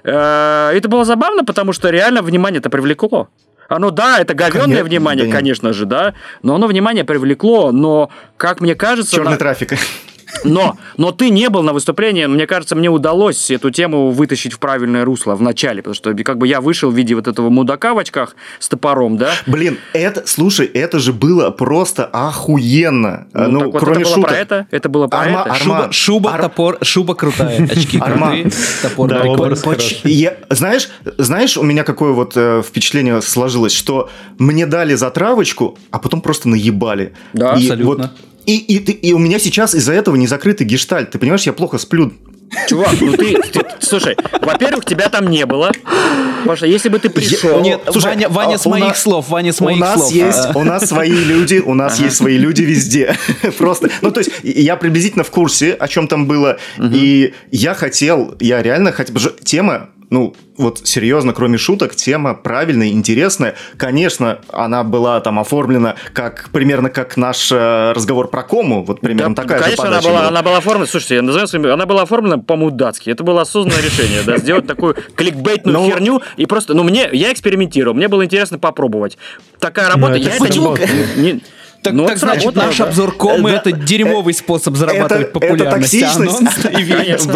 [SPEAKER 4] Это было забавно, потому что реально внимание это привлекло. Оно, да, это говенное внимание, да, конечно же, да, но оно внимание привлекло, но, как мне кажется...
[SPEAKER 3] Черный
[SPEAKER 4] на...
[SPEAKER 3] трафик.
[SPEAKER 4] Но, но ты не был на выступлении, мне кажется, мне удалось эту тему вытащить в правильное русло в начале, потому что как бы я вышел в виде вот этого мудака в очках с топором, да?
[SPEAKER 3] Блин, это, слушай, это же было просто охуенно.
[SPEAKER 4] Ну, ну так кроме вот это шуток. Было про это, это было про
[SPEAKER 3] Арма,
[SPEAKER 4] это.
[SPEAKER 3] Арма,
[SPEAKER 1] шуба, шуба
[SPEAKER 3] Ар...
[SPEAKER 1] топор, шуба крутая, очки крутые, топор
[SPEAKER 2] да,
[SPEAKER 1] прикольный.
[SPEAKER 3] Знаешь, знаешь, у меня какое вот э, впечатление сложилось, что мне дали затравочку, а потом просто наебали.
[SPEAKER 4] Да,
[SPEAKER 3] и
[SPEAKER 1] абсолютно.
[SPEAKER 3] Вот, И, и, и у меня сейчас из-за этого не закрытый гештальт. Ты понимаешь, я плохо сплю.
[SPEAKER 4] Чувак, ну ты, ты слушай, во-первых, тебя там не было. Потому что если бы ты пришел...
[SPEAKER 1] Нет, слушай, Ваня, Ваня а, с моих нас, слов, Ваня с моих
[SPEAKER 3] у нас
[SPEAKER 1] слов.
[SPEAKER 3] Есть, у нас свои люди, у нас есть свои люди везде. Просто, ну то есть, я приблизительно в курсе, о чем там было. И я хотел, я реально хотел... Тема... Ну, вот серьезно, кроме шуток, тема правильная, интересная. Конечно, она была там оформлена как примерно как наш э, разговор про кому. Вот примерно да, такая
[SPEAKER 4] конечно,
[SPEAKER 3] же
[SPEAKER 4] подача. Конечно, она,
[SPEAKER 3] была,
[SPEAKER 4] она была оформлена, слушайте, я называю, она была оформлена по-мудацки. Это было осознанное решение, да, сделать такую кликбейтную ну, херню. И просто, ну, мне, я экспериментировал, мне было интересно попробовать. Такая работа, я это...
[SPEAKER 1] Так, ну, так значит, работало, наш да. обзор комы это, это дерьмовый это, способ зарабатывать это, популярность.
[SPEAKER 3] Это токсичность.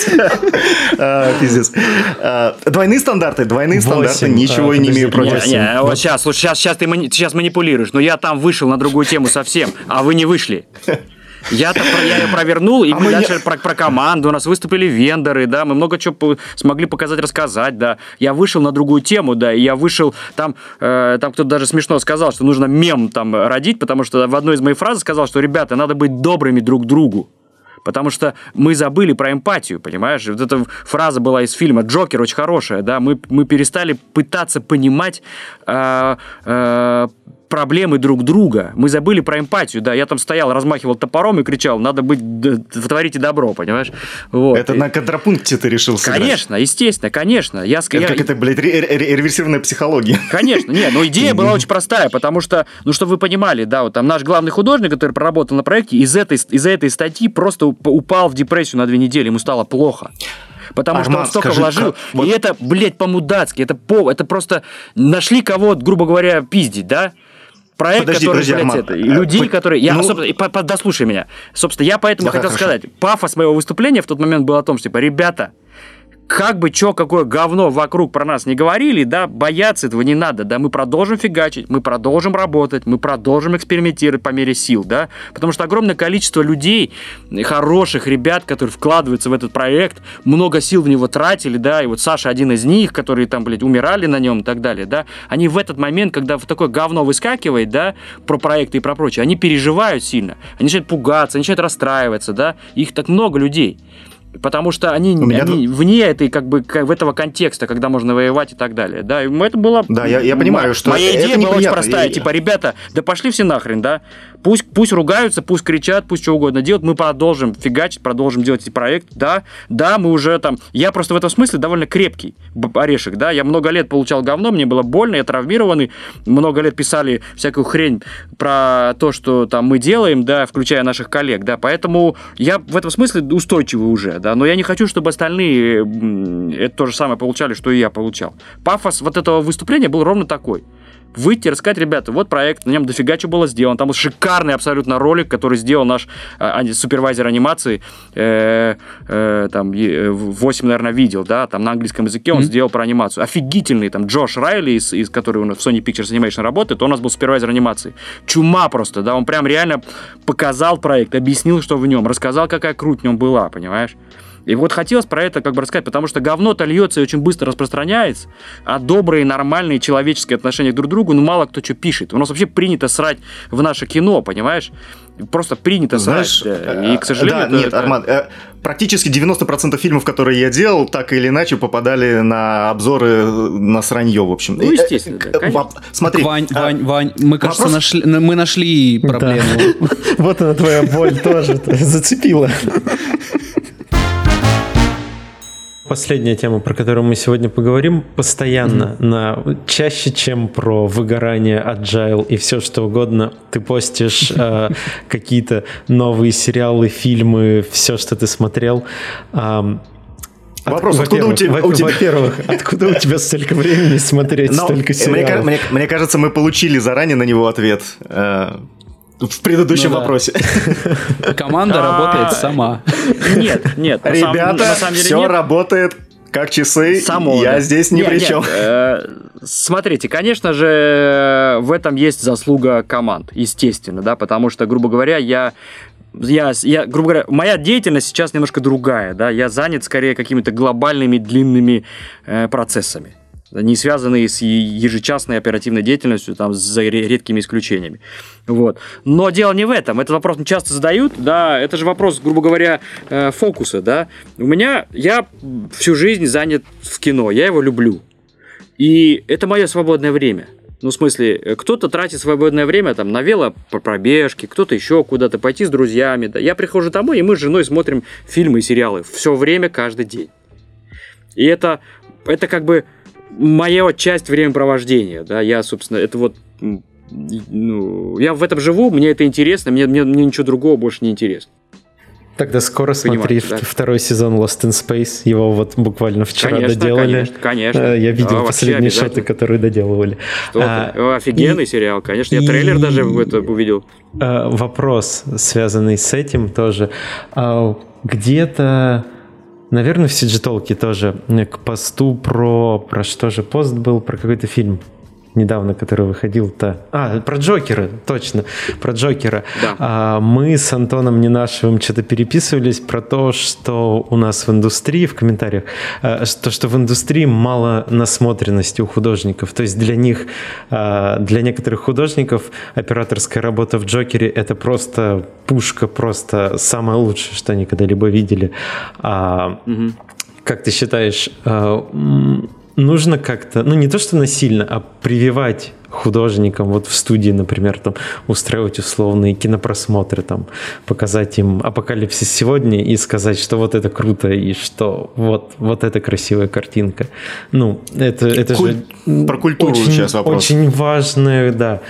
[SPEAKER 3] Блядь. Пиздец. Двойные стандарты, двойные стандарты, ничего я не имею против.
[SPEAKER 4] Вот сейчас, сейчас ты сейчас манипулируешь, но я там вышел на другую тему совсем, а вы не вышли. Я-то я ее провернул, и
[SPEAKER 3] А
[SPEAKER 4] мы,
[SPEAKER 3] мы
[SPEAKER 4] дальше
[SPEAKER 3] не-
[SPEAKER 4] про, про команду, у нас выступили вендоры, да, мы много чего по- смогли показать, рассказать, да. Я вышел на другую тему, да, и я вышел, там, э, там кто-то даже смешно сказал, что нужно мем там родить, потому что в одной из моих фраз сказал, что, ребята, надо быть добрыми друг к другу. Потому что мы забыли про эмпатию, понимаешь? Вот эта фраза была из фильма «Джокер», очень хорошая, да, мы, мы перестали пытаться понимать э, э, проблемы друг друга. Мы забыли про эмпатию, да. Я там стоял, размахивал топором и кричал, надо быть, творите добро, понимаешь? Вот.
[SPEAKER 3] Это
[SPEAKER 4] И...
[SPEAKER 3] на контрапункте ты решил сыграть.
[SPEAKER 4] Конечно, естественно, конечно. Я...
[SPEAKER 3] Это
[SPEAKER 4] я...
[SPEAKER 3] как это, блядь, ре- ре- реверсивная психология.
[SPEAKER 4] Конечно, нет, но идея была очень простая, потому что, ну, чтобы вы понимали, да, вот там наш главный художник, который проработал на проекте, из этой, из-за этой статьи просто упал в депрессию на две недели, ему стало плохо. Потому
[SPEAKER 3] Арман,
[SPEAKER 4] что он столько
[SPEAKER 3] скажи,
[SPEAKER 4] вложил.
[SPEAKER 3] как- вот-
[SPEAKER 4] И это, блядь, по-мудацки. Это, по... это просто нашли кого, грубо говоря, пиздить, да? Проект,
[SPEAKER 3] Подожди,
[SPEAKER 4] который,
[SPEAKER 3] подожди,
[SPEAKER 4] блядь,
[SPEAKER 3] Арман.
[SPEAKER 4] это, и людей,
[SPEAKER 3] По-
[SPEAKER 4] которые... Я,
[SPEAKER 3] ну-
[SPEAKER 4] собственно, и по- по- дослушай меня. Собственно, я поэтому
[SPEAKER 3] Да,
[SPEAKER 4] хотел
[SPEAKER 3] хорошо.
[SPEAKER 4] сказать, пафос моего выступления в тот момент был о том, что, типа, ребята, как бы чё, какое говно вокруг про нас не говорили, да, бояться этого не надо, да, мы продолжим фигачить, мы продолжим работать, мы продолжим экспериментировать по мере сил, да, потому что огромное количество людей, хороших ребят, которые вкладываются в этот проект, много сил в него тратили, да, и вот Саша один из них, которые там, блядь, умирали на нем и так далее, да, они в этот момент, когда в такое говно выскакивает, да, про проекты и про прочее, они переживают сильно, они начинают пугаться, они начинают расстраиваться, да, их так много людей. Потому что они,
[SPEAKER 3] У меня
[SPEAKER 4] они вне этой, как бы, к- в этого контекста, когда можно воевать и так далее. Да, и это было...
[SPEAKER 3] Да, я- я понимаю,
[SPEAKER 4] мо-
[SPEAKER 3] что
[SPEAKER 4] Моя
[SPEAKER 3] это
[SPEAKER 4] идея была очень
[SPEAKER 3] неприятно.
[SPEAKER 4] простая.
[SPEAKER 3] Я-
[SPEAKER 4] Типа, ребята, да пошли все нахрен, да? Пусть, пусть ругаются, пусть кричат, пусть что угодно делают. Мы продолжим фигачить, продолжим делать эти проекты. Да, да, мы уже там... Я просто в этом смысле довольно крепкий б- орешек, да? Я много лет получал говно, мне было больно, я травмированный. Много лет писали всякую хрень про то, что там мы делаем, да, включая наших коллег, да? Поэтому я в этом смысле устойчивый уже, да? Но я не хочу, чтобы остальные м, это то же самое получали, что и я получал. Пафос вот этого выступления был ровно такой. Выйти, рассказать, ребята, вот проект, на нем дофига чего было сделано. Там был шикарный абсолютно ролик, который сделал наш а, супервайзер анимации. Э, э, там э, восемь, наверное, видел, да, там на английском языке он mm-hmm. сделал про анимацию. Офигительный, там, Джош Райли, из, из который у нас в Sony Pictures Animation работает, он у нас был супервайзер анимации. Чума просто, да, он прям реально показал проект, объяснил, что в нем, рассказал, какая круть в нем была, понимаешь? И вот хотелось про это как бы рассказать, потому что говно-то льется и очень быстро распространяется, а добрые, нормальные, человеческие отношения друг к другу, ну, мало кто что пишет. У нас вообще принято срать в наше кино, понимаешь? Просто принято
[SPEAKER 3] Знаешь,
[SPEAKER 4] срать. Да. И, к сожалению...
[SPEAKER 3] Да,
[SPEAKER 4] это,
[SPEAKER 3] нет,
[SPEAKER 4] это...
[SPEAKER 3] Арман, э, практически девяносто процентов фильмов, которые я делал, так или иначе попадали на обзоры на сранье, в общем.
[SPEAKER 4] Ну, естественно, да, конечно.
[SPEAKER 3] Смотри.
[SPEAKER 1] Вань, Вань, Вань, мы, кажется,
[SPEAKER 3] вопрос-
[SPEAKER 1] нашли, мы нашли проблему.
[SPEAKER 2] Вот она, твоя боль тоже зацепила. Последняя тема, про которую мы сегодня поговорим, постоянно, mm-hmm. на, чаще, чем про выгорание, agile и все что угодно, ты постишь э, какие-то новые сериалы, фильмы, все, что ты смотрел. Эм,
[SPEAKER 3] Вопрос, откуда у тебя...
[SPEAKER 2] Во- во-первых, откуда у тебя столько времени смотреть
[SPEAKER 3] Но
[SPEAKER 2] столько
[SPEAKER 3] мне,
[SPEAKER 2] сериалов?
[SPEAKER 3] мне, мне кажется, мы получили заранее на него ответ э, в предыдущем
[SPEAKER 1] Ну да.
[SPEAKER 3] вопросе.
[SPEAKER 1] Команда работает сама.
[SPEAKER 4] Нет, нет. на самом-
[SPEAKER 3] Ребята,
[SPEAKER 4] на самом деле
[SPEAKER 3] все
[SPEAKER 4] нет.
[SPEAKER 3] работает как часы,
[SPEAKER 4] Само,
[SPEAKER 3] я
[SPEAKER 4] да.
[SPEAKER 3] здесь ни
[SPEAKER 4] Нет,
[SPEAKER 3] при
[SPEAKER 4] нет,
[SPEAKER 3] чем.
[SPEAKER 4] э, смотрите, конечно же, в этом есть заслуга команд, естественно, да, потому что, грубо говоря, я, я, я, грубо говоря, моя деятельность сейчас немножко другая, да, я занят скорее какими-то глобальными длинными э, процессами, не связанные с ежечасной оперативной деятельностью, там, за редкими исключениями. Вот. Но дело не в этом. Этот вопрос мне часто задают, да, это же вопрос, грубо говоря, э, фокуса, да. У меня, я всю жизнь занят в кино, я его люблю. И это мое свободное время. Ну, в смысле, кто-то тратит свободное время там, на велопробежки, кто-то еще куда-то пойти с друзьями. Да. Я прихожу домой, и мы с женой смотрим фильмы и сериалы. Все время, каждый день. И это, это как бы моя часть времяпровождения, да, я, собственно, это вот, ну, я в этом живу, мне это интересно, мне, мне, мне ничего другого больше не интересно.
[SPEAKER 2] Тогда скоро смотри
[SPEAKER 4] да.
[SPEAKER 2] второй сезон Lost in Space, его вот буквально вчера
[SPEAKER 4] конечно,
[SPEAKER 2] доделали.
[SPEAKER 4] Конечно, конечно.
[SPEAKER 2] Я видел
[SPEAKER 4] да,
[SPEAKER 2] последние шоты, которые доделывали.
[SPEAKER 4] Что а, офигенный и, сериал, конечно, я и, трейлер даже в это увидел.
[SPEAKER 2] Вопрос, связанный с этим тоже. Где-то... Наверное, в Сиджитолке тоже к посту про... Про что же пост был? Про какой-то фильм. недавно, который выходил-то... А, про Джокера, точно, про Джокера.
[SPEAKER 4] Да.
[SPEAKER 2] А, мы с Антоном Ненашевым что-то переписывались про то, что у нас в индустрии, в комментариях, то, что в индустрии мало насмотренности у художников. То есть для них, для некоторых художников операторская работа в Джокере — это просто пушка, просто самое лучшее, что они когда-либо видели. А, угу. Как ты считаешь... нужно как-то, ну не то что насильно, а прививать художникам вот в студии, например, там устраивать условные кинопросмотры, там показать им «Апокалипсис сегодня» и сказать, что вот это круто и что вот, вот это красивая картинка. Ну, это, это
[SPEAKER 3] Куль...
[SPEAKER 2] же
[SPEAKER 3] про культуру
[SPEAKER 2] очень,
[SPEAKER 3] сейчас вопрос.
[SPEAKER 2] Очень важно, да,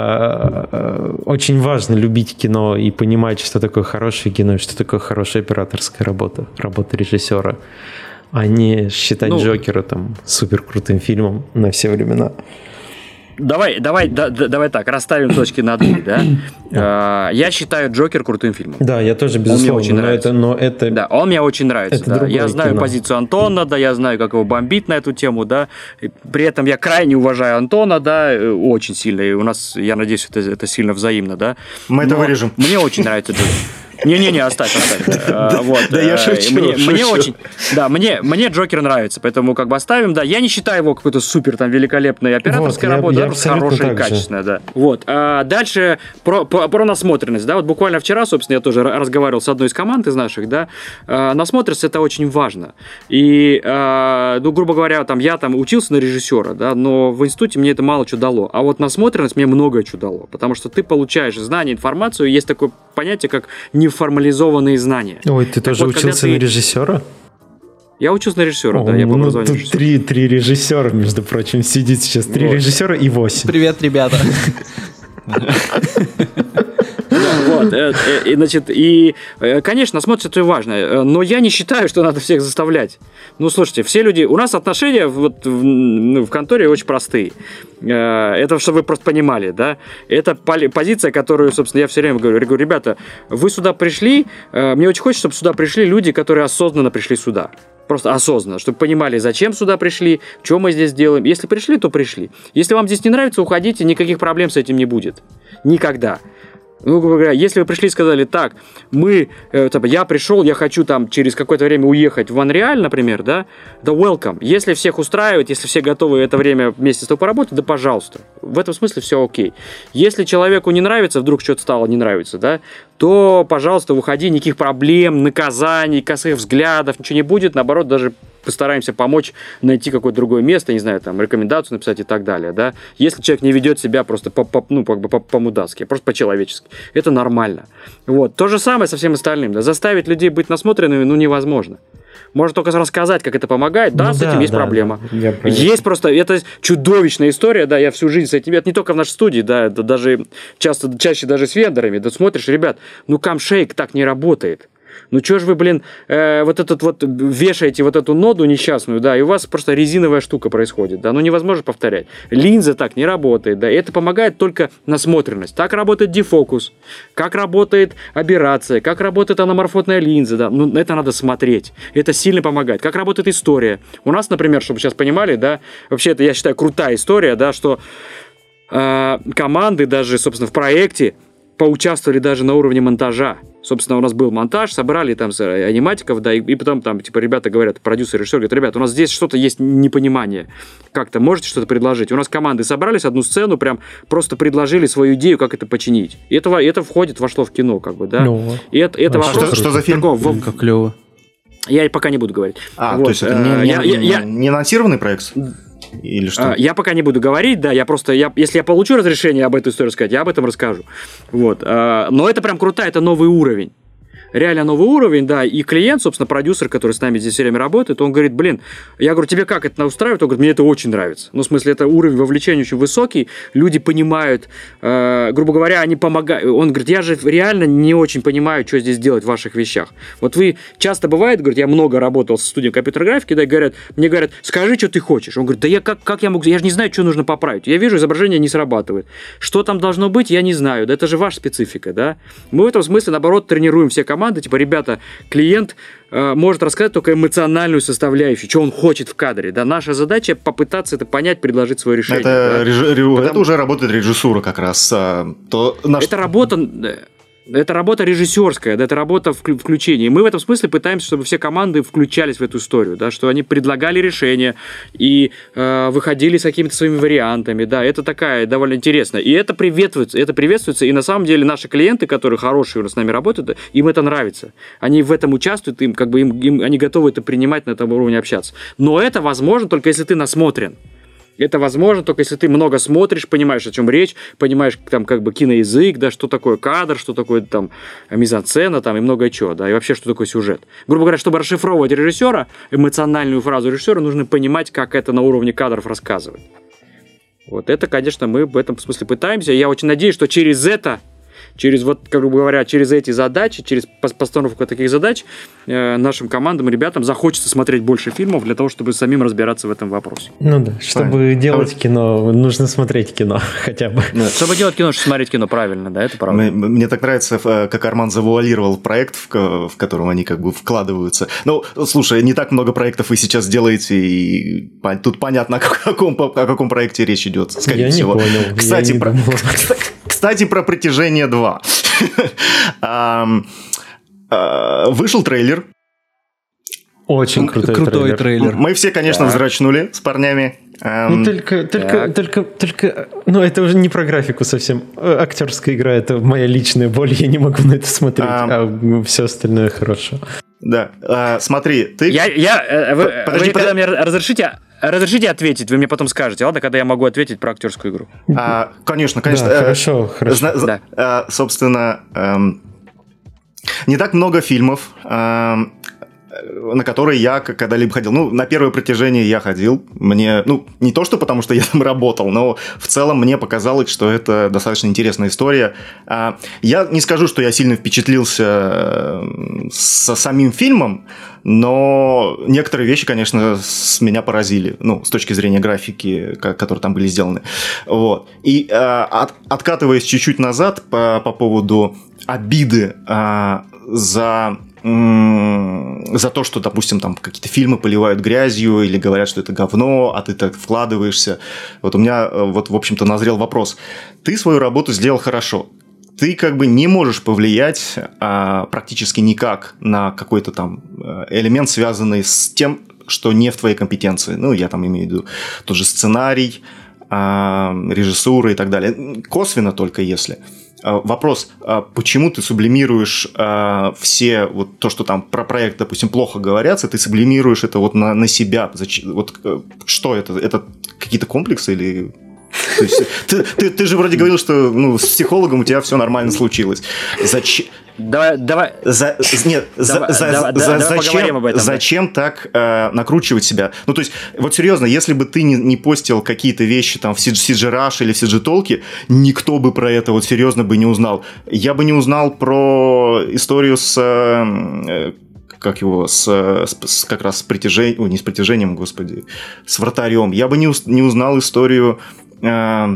[SPEAKER 2] очень важно любить кино и понимать, что такое хорошее кино и что такое хорошая операторская работа, работа режиссера. А не считать ну, Джокера там супер крутым фильмом на все времена.
[SPEAKER 4] Давай, давай, да, давай так, расставим точки над «и», да? Yeah. Я считаю Джокер крутым фильмом.
[SPEAKER 2] Да, я тоже, безусловно. Он мне очень
[SPEAKER 4] но
[SPEAKER 2] нравится. Это, но это...
[SPEAKER 4] Да, он мне очень нравится. Да. Я знаю
[SPEAKER 2] кино.
[SPEAKER 4] позицию Антона, да, я знаю, как его бомбит на эту тему, да. И при этом я крайне уважаю Антона, да, очень сильно. И у нас, я надеюсь, это, это сильно взаимно, да.
[SPEAKER 3] Мы это вырежем.
[SPEAKER 4] Мне очень нравится Джокер. Не-не-не, оставь, оставь.
[SPEAKER 3] Да,
[SPEAKER 4] вот.
[SPEAKER 3] да я шучу,
[SPEAKER 4] мне,
[SPEAKER 3] шучу.
[SPEAKER 4] Мне очень, да, мне, мне Джокер нравится, поэтому как бы оставим, да. Я не считаю его какой-то супер там великолепной операторской
[SPEAKER 2] вот,
[SPEAKER 4] работой,
[SPEAKER 2] я,
[SPEAKER 4] да,
[SPEAKER 2] я
[SPEAKER 4] хорошая и качественная, да. Вот. А дальше про, про, про насмотренность, да. Вот буквально вчера, собственно, я тоже разговаривал с одной из команд из наших, да. А, насмотренность — это очень важно. И, а, ну, грубо говоря, там я там учился на режиссера, да, но в институте мне это мало что дало. А вот насмотренность мне многое что дало, потому что ты получаешь знания, информацию, есть такое понятие, как неформализованные знания.
[SPEAKER 2] Ой, ты так тоже вот, учился ты... на режиссера?
[SPEAKER 4] Я учился на режиссера,
[SPEAKER 2] О,
[SPEAKER 4] да, я по
[SPEAKER 2] ну,
[SPEAKER 4] образованию
[SPEAKER 2] тут три, три режиссера, между прочим, сидит сейчас. Три вот. режиссера и восемь.
[SPEAKER 1] Привет, ребята.
[SPEAKER 4] Вот, и, значит, и, конечно, смотрится это важно, но я не считаю, что надо всех заставлять. Ну, слушайте, все люди, у нас отношения вот в, ну, в конторе очень простые. Это, чтобы вы просто понимали, да, это позиция, которую, собственно, я все время говорю, я говорю, ребята, вы сюда пришли, мне очень хочется, чтобы сюда пришли люди, которые осознанно пришли сюда. Просто осознанно, чтобы понимали, зачем сюда пришли, что мы здесь делаем. Если пришли, то пришли. Если вам здесь не нравится, уходите, никаких проблем с этим не будет. Никогда. Ну, грубо говоря, если вы пришли и сказали, так, мы, э, я пришел, я хочу там через какое-то время уехать в Монреаль, например, да, да welcome. Если всех устраивает, если все готовы это время вместе с тобой поработать, да пожалуйста. В этом смысле все окей. Если человеку не нравится, вдруг что-то стало не нравится, да, то, пожалуйста, выходи, никаких проблем, наказаний, косых взглядов, ничего не будет, наоборот, даже постараемся помочь найти какое-то другое место, не знаю, там, рекомендацию написать и так далее, да. Если человек не ведет себя просто по, по, ну, как бы по-мудацки, просто по-человечески, это нормально. Вот. То же самое со всем остальным, да. Заставить людей быть насмотренными, ну, невозможно. Можно только рассказать, как это помогает. Да, ну, с этим да, есть да, проблема. Да, есть просто, это чудовищная история, да, я всю жизнь с этим, это не только в нашей студии, да, это даже часто, чаще даже с вендорами, да, смотришь, ребят, ну, камшейк так не работает. Ну, чё ж вы, блин, э, вот этот вот вешаете вот эту ноду несчастную, да, и у вас просто резиновая штука происходит, да, ну, невозможно повторять. Линза так не работает, да, и это помогает только насмотренность. Так работает дефокус, как работает аберрация, как работает аноморфотная линза, да, ну, это надо смотреть, это сильно помогает. Как работает история. У нас, например, чтобы вы сейчас понимали, да, вообще это, я считаю, крутая история, да, что э, команды даже, собственно, в проекте поучаствовали даже на уровне монтажа. Собственно, у нас был монтаж, собрали там аниматиков, да, и, и потом там, типа, ребята говорят, продюсер, режиссер, говорят, ребята, у нас здесь что-то есть непонимание, как-то можете что-то предложить? У нас команды собрались, одну сцену, прям просто предложили свою идею, как это починить. И это, это входит, вошло в кино, как бы, да.
[SPEAKER 2] Ну,
[SPEAKER 4] и это, это
[SPEAKER 3] а вопрос, что, что за фильм?
[SPEAKER 4] Такого,
[SPEAKER 1] как клево.
[SPEAKER 4] Я пока не буду говорить.
[SPEAKER 3] А,
[SPEAKER 4] вот.
[SPEAKER 3] то есть это не,
[SPEAKER 4] я,
[SPEAKER 3] не,
[SPEAKER 4] я,
[SPEAKER 3] не,
[SPEAKER 4] я...
[SPEAKER 3] не анонсированный проект? Или что?
[SPEAKER 4] Я пока не буду говорить, да, я просто, я, если я получу разрешение об этой истории сказать, я об этом расскажу. Вот. Но это прям круто, это новый уровень. Реально новый уровень, да, и клиент, собственно, продюсер, который с нами здесь все время работает, он говорит, блин, я говорю, тебе как это устраивает? Он говорит, мне это очень нравится. Ну, в смысле, это уровень вовлечения очень высокий, люди понимают, э, грубо говоря, они помогают. Он говорит, я же реально не очень понимаю, что здесь делать в ваших вещах. Вот вы, часто бывает, говорит, я много работал со студией компьютерной графики, да, и говорят, мне говорят, скажи, что ты хочешь. Он говорит, да я как, как я могу, я же не знаю, что нужно поправить. Я вижу, изображение не срабатывает. Что там должно быть, я не знаю, да, это же ваша специфика, да. Мы в этом смысле, наоборот, тренируем все команды, команды, типа, ребята, клиент э, может рассказать только эмоциональную составляющую, что он хочет в кадре, да, наша задача попытаться это понять, предложить свое решение.
[SPEAKER 3] Это,
[SPEAKER 4] да?
[SPEAKER 3] реж... Потому... это уже работает режиссура как раз. То наш...
[SPEAKER 4] Это работа... Это работа режиссерская, да, это работа включения. И мы в этом смысле пытаемся, чтобы все команды включались в эту историю, да, что они предлагали решения и э, выходили с какими-то своими вариантами. Да, это такая довольно интересно. И это приветствуется, это приветствуется. И на самом деле наши клиенты, которые хорошие с нами работают, им это нравится. Они в этом участвуют, им, как бы, им, им, они готовы это принимать, на этом уровне общаться. Но это возможно только если ты насмотрен. Это возможно только если ты много смотришь, понимаешь, о чем речь, понимаешь там как бы киноязык, да, что такое кадр, что такое там мизансцена, там и многое чего, да, и вообще что такое сюжет. Грубо говоря, чтобы расшифровывать режиссера, эмоциональную фразу режиссера, нужно понимать, как это на уровне кадров рассказывать. Вот это, конечно, мы в этом смысле пытаемся. Я очень надеюсь, что через это, через вот, как бы говоря, через эти задачи, через постановку таких задач э, нашим командам и ребятам захочется смотреть больше фильмов для того, чтобы самим разбираться в этом вопросе.
[SPEAKER 2] Ну да, чтобы правильно. делать кино, нужно смотреть кино хотя бы.
[SPEAKER 4] Да. Чтобы делать кино, чтобы смотреть кино правильно, да, это правда.
[SPEAKER 3] Мне, мне так нравится, как Арман завуалировал проект, в, в котором они как бы вкладываются. Ну, слушай, не так много проектов вы сейчас делаете, и тут понятно, о каком, о каком проекте речь идет, скорее
[SPEAKER 2] Я
[SPEAKER 3] всего.
[SPEAKER 2] Не понял.
[SPEAKER 3] Кстати,
[SPEAKER 2] Я
[SPEAKER 3] про,
[SPEAKER 2] не
[SPEAKER 3] кстати, про «Притяжение два». Вышел трейлер.
[SPEAKER 2] Очень крутой,
[SPEAKER 1] крутой
[SPEAKER 2] трейлер.
[SPEAKER 1] трейлер.
[SPEAKER 3] Мы все, конечно,
[SPEAKER 4] так.
[SPEAKER 3] взрачнули с парнями.
[SPEAKER 2] Ну, только, только, только, только, ну, это уже не про графику совсем. Актерская игра — это моя личная боль, я не могу на это смотреть, а, а все остальное хорошо.
[SPEAKER 3] Да, а, смотри, ты...
[SPEAKER 4] Я, я, вы,
[SPEAKER 3] подожди,
[SPEAKER 4] вы когда мне разрешите... Разрешите ответить, вы мне потом скажете, ладно, когда я могу ответить про актерскую игру.
[SPEAKER 3] А, конечно, конечно.
[SPEAKER 2] Да, хорошо, хорошо.
[SPEAKER 3] Зна-
[SPEAKER 4] да.
[SPEAKER 3] а, собственно, эм, не так много фильмов, эм, на которые я когда-либо ходил. Ну, на первое «Притяжение» я ходил. Мне, ну, не то, что потому что я там работал, но в целом мне показалось, что это достаточно интересная история. А, я не скажу, что я сильно впечатлился со самим фильмом, но некоторые вещи, конечно, с меня поразили, ну, с точки зрения графики, которые там были сделаны. Вот. И э, от, откатываясь чуть-чуть назад по, по поводу обиды э, за... за то, что, допустим, там какие-то фильмы поливают грязью или говорят, что это говно, а ты так вкладываешься. Вот у меня, вот, в общем-то, назрел вопрос. Ты свою работу сделал хорошо. Ты как бы не можешь повлиять а, практически никак на какой-то там элемент, связанный с тем, что не в твоей компетенции. Ну, я там имею в виду тот же сценарий, а, режиссура и так далее. Косвенно только если... Вопрос, почему ты сублимируешь э, все вот то, что там про проект, допустим, плохо говорятся, ты сублимируешь это вот на, на себя? Зачем? Вот э, что это? Это какие-то комплексы или... То есть, ты, ты, ты же вроде говорил, что ну, с психологом у тебя все нормально случилось. Зачем?
[SPEAKER 4] Давай, давай.
[SPEAKER 3] За, нет,
[SPEAKER 4] давай,
[SPEAKER 3] за,
[SPEAKER 4] давай,
[SPEAKER 3] за,
[SPEAKER 4] давай
[SPEAKER 3] зачем,
[SPEAKER 4] об этом.
[SPEAKER 3] Зачем так э, накручивать себя? Ну, то есть, вот серьезно, если бы ты не, не постил какие-то вещи там в си джи Rush или в си джи Talk, никто бы про это вот серьезно бы не узнал. Я бы не узнал про историю с... Э, как его, с, с, с как раз с притяжением, ой, не с притяжением, господи, с вратарем. Я бы не, не узнал историю э,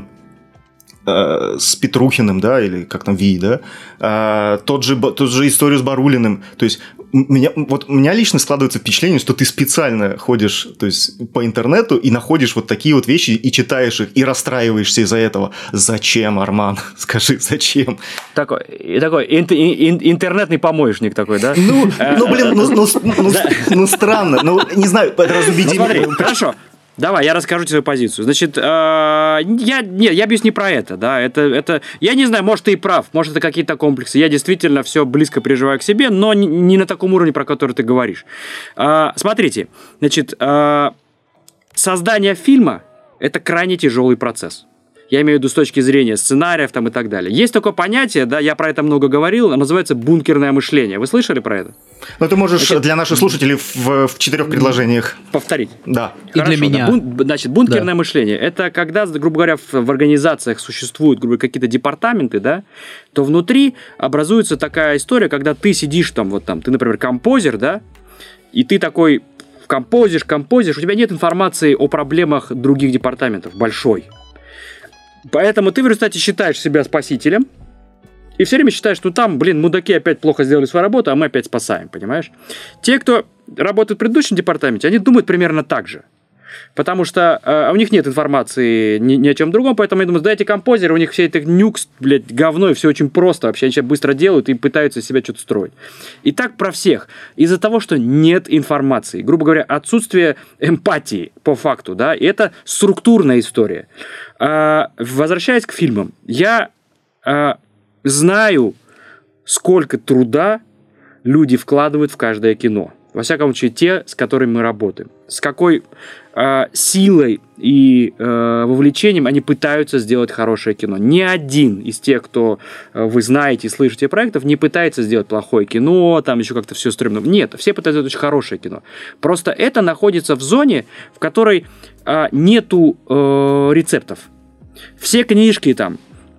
[SPEAKER 3] э, с Петрухиным, да, или как там, Ви, да, э, тот же, тот же историю с Барулиным. То есть, меня, вот у меня лично складывается впечатление, что ты специально ходишь, то есть, по интернету и находишь вот такие вот вещи и читаешь их, и расстраиваешься из-за этого. Зачем, Арман? Скажи, зачем?
[SPEAKER 4] Такой, и такой ин- ин- интернетный помоечник такой, да?
[SPEAKER 3] Ну, ну блин, ну, ну, ну, ну странно. Ну, не знаю, разубеди
[SPEAKER 4] меня. Смотри, хорошо. Давай, я расскажу тебе свою позицию. Значит, э, я, нет, я бьюсь не про это, да, это, это, я не знаю, может, ты и прав, может, это какие-то комплексы, я действительно все близко приживаю к себе, но не, не на таком уровне, про который ты говоришь. Э, смотрите, значит, э, создание фильма – это крайне тяжелый процесс. Я имею в виду с точки зрения сценариев там, и так далее. Есть такое понятие, да, я про это много говорил, оно называется бункерное мышление. Вы слышали про это?
[SPEAKER 3] Ну, ты можешь
[SPEAKER 4] значит,
[SPEAKER 3] для наших слушателей в, в четырех предложениях
[SPEAKER 4] повторить.
[SPEAKER 3] Да.
[SPEAKER 1] И
[SPEAKER 4] Хорошо,
[SPEAKER 1] для меня.
[SPEAKER 4] Да. Бун, значит, бункерное
[SPEAKER 1] да.
[SPEAKER 4] мышление – это когда, грубо говоря, в, в организациях существуют, грубо говоря, какие-то департаменты, да, то внутри образуется такая история, когда ты сидишь там, вот там, ты, например, композер, да, и ты такой композишь, композишь, у тебя нет информации о проблемах других департаментов, большой. Поэтому ты в результате считаешь себя спасителем, И все время считаешь, что там, блин, мудаки опять плохо сделали свою работу, а мы опять спасаем, понимаешь? Те, кто работает в предыдущем департаменте, они думают примерно так же. Потому что э, у них нет информации ни, ни о чем другом, поэтому я думаю, да, эти композеры, у них все это нюкс, блядь, говно, и все очень просто вообще, они сейчас быстро делают и пытаются из себя что-то строить. И так про всех. Из-за того, что нет информации, грубо говоря, отсутствие эмпатии по факту, да, и это структурная история. Э, возвращаясь к фильмам, я э, знаю, сколько труда люди вкладывают в каждое кино. Во всяком случае, те, с которыми мы работаем. С какой э, силой и э, вовлечением они пытаются сделать хорошее кино. Ни один из тех, кто э, вы знаете и слышите проектов, не пытается сделать плохое кино, там еще как-то все стрёмно. Нет, все пытаются сделать очень хорошее кино. Просто это находится в зоне, в которой э, нету э, рецептов. Все книжки там,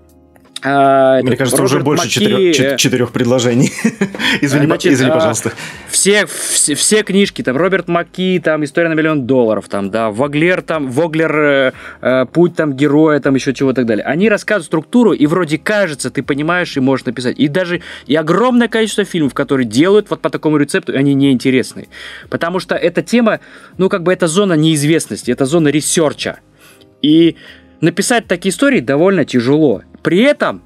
[SPEAKER 4] А,
[SPEAKER 3] Мне кажется, Роберт уже больше
[SPEAKER 4] Маки,
[SPEAKER 3] четырех, четырех предложений. Извини, Значит, извини, пожалуйста.
[SPEAKER 4] Все, все, все книжки, там, Роберт Маки, там, «История на миллион долларов», там, да, Воглер, там, Воглер, э, «Путь, там, героя», там, еще чего и так далее. Они рассказывают структуру, и вроде кажется, ты понимаешь и можешь написать. И даже, и огромное количество фильмов, которые делают вот по такому рецепту, они неинтересны. Потому что эта тема, ну, как бы, это зона неизвестности, это зона ресерча. И написать такие истории довольно тяжело. При этом,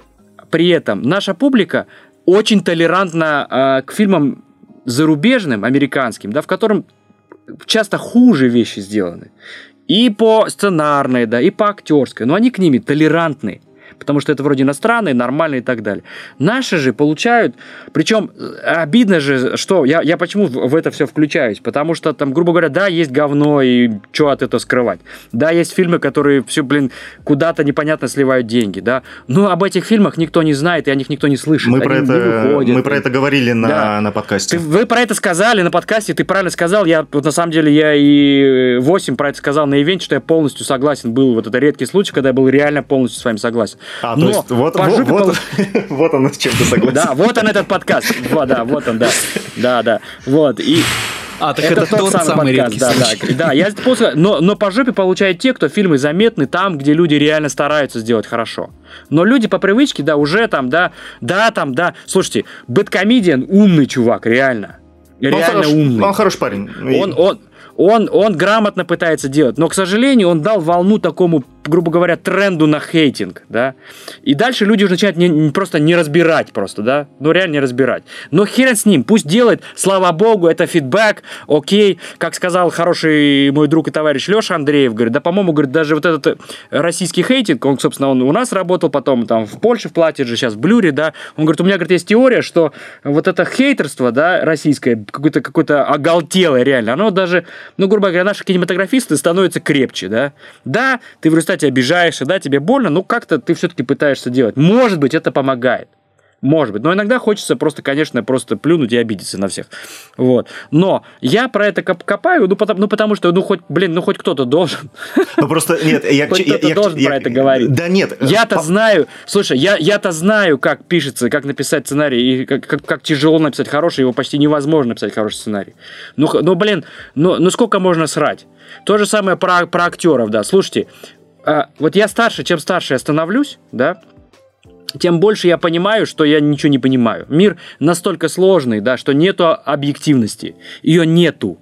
[SPEAKER 4] при этом наша публика очень толерантна э, к фильмам зарубежным, американским, да, в котором часто хуже вещи сделаны. И по сценарной, да, и по актерской. Но они к ними толерантны. Потому что это вроде иностранные, нормальные и так далее. Наши же получают... Причем обидно же, что... Я, я почему в это все включаюсь? Потому что там, грубо говоря, да, есть говно, и что от этого скрывать. Да, есть фильмы, которые все, блин, куда-то непонятно сливают деньги, да. Но об этих фильмах никто не знает, и о них никто не слышит.
[SPEAKER 3] Мы, про это, выходят, мы про это говорили на, да. на подкасте.
[SPEAKER 4] Ты, вы про это сказали на подкасте, ты правильно сказал. Я, вот, на самом деле, я и восемь про это сказал на ивенте, что я полностью согласен был. Вот это редкий случай, когда я был реально полностью с вами согласен.
[SPEAKER 3] А, но то есть вот, вот, вот, пол... вот он с чем ты согласен.
[SPEAKER 4] Да, вот он этот подкаст. Вот, да, вот он, да. Да, да. Вот. И
[SPEAKER 1] а, так это, это тот, тот самый, самый подкаст. Да, да, да, я после... но, но по жопе получают те, кто фильмы заметны там, где люди реально стараются сделать хорошо. Но люди по привычке, да, уже там, да, да, там, да. Слушайте, Бэдкомедиан умный чувак, реально. Реально
[SPEAKER 3] он хорош,
[SPEAKER 4] умный.
[SPEAKER 3] Он хороший парень.
[SPEAKER 4] Он, он, он, он грамотно пытается делать, но, к сожалению, он дал волну такому, грубо говоря, тренду на хейтинг, да, и дальше люди уже начинают не, не, просто не разбирать просто, да, ну реально не разбирать. Но хрен с ним, пусть делает, слава богу, это фидбэк, окей, как сказал хороший мой друг и товарищ Леша Андреев, говорит, да, по-моему, говорит, даже вот этот российский хейтинг, он, собственно, он у нас работал, потом там в Польше в платье же, сейчас в Блюре, да, он говорит, у меня, говорит, есть теория, что вот это хейтерство, да, российское, какое-то, какое-то оголтелое реально, оно даже, ну, грубо говоря, наши кинематографисты становятся крепче, да, да, ты в результате обижаешься, да, тебе больно, но как-то ты все-таки пытаешься делать. Может быть, это помогает. Может быть. Но иногда хочется просто, конечно, просто плюнуть и обидеться на всех. Вот. Но я про это копаю, ну, потому, ну, потому что, ну, хоть, блин, ну, хоть кто-то должен.
[SPEAKER 3] Ну, просто, нет, я...
[SPEAKER 4] Хоть кто-то я, должен я, про я, это говорить.
[SPEAKER 3] Да нет.
[SPEAKER 4] Я-то по... знаю, слушай, я, я-то знаю, как пишется, как написать сценарий, и как, как, как тяжело написать хороший, его почти невозможно написать хороший сценарий. Ну, ну блин, ну, ну, сколько можно срать? То же самое про, про актеров, да. Слушайте, а, вот я старше, чем старше я становлюсь, да, тем больше я понимаю, что я ничего не понимаю. Мир настолько сложный, да, что нету объективности. Ее нету.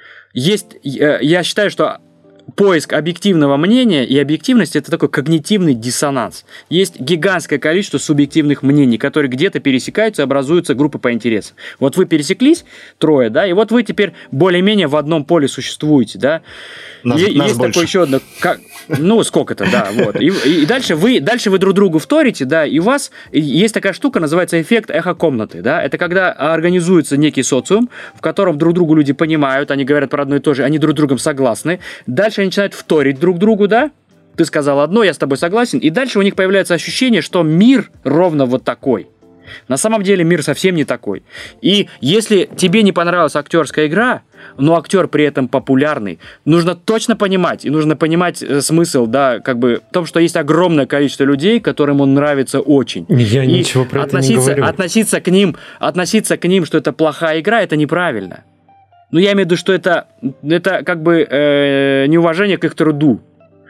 [SPEAKER 4] Есть, я считаю, что поиск объективного мнения и объективности – это такой когнитивный диссонанс. Есть гигантское количество субъективных мнений, которые где-то пересекаются и образуются группы по интересам. Вот вы пересеклись, трое, да, и вот вы теперь более-менее в одном поле существуете, да.
[SPEAKER 3] Нас,
[SPEAKER 4] и,
[SPEAKER 3] нас
[SPEAKER 4] есть
[SPEAKER 3] больше.
[SPEAKER 4] такое еще одно, как, ну, сколько-то, да, вот. И, и дальше, вы, дальше вы друг другу вторите, да, и у вас есть такая штука, называется эффект эхо-комнаты, да. Это когда организуется некий социум, в котором друг другу люди понимают, они говорят про одно и то же, они друг с другом согласны. Дальше они начинают вторить друг другу, да. Ты сказал одно, я с тобой согласен. И дальше у них появляется ощущение, что мир ровно вот такой. На самом деле мир совсем не такой. И если тебе не понравилась актерская игра, но актер при этом популярный, нужно точно понимать, и нужно понимать смысл, да, как бы в том, что есть огромное количество людей, которым он нравится очень.
[SPEAKER 2] Я
[SPEAKER 4] и
[SPEAKER 2] ничего про это не говорю.
[SPEAKER 4] Относиться к ним, относиться к ним, что это плохая игра, это неправильно. Ну, я имею в виду, что это, это как бы э, неуважение к их труду.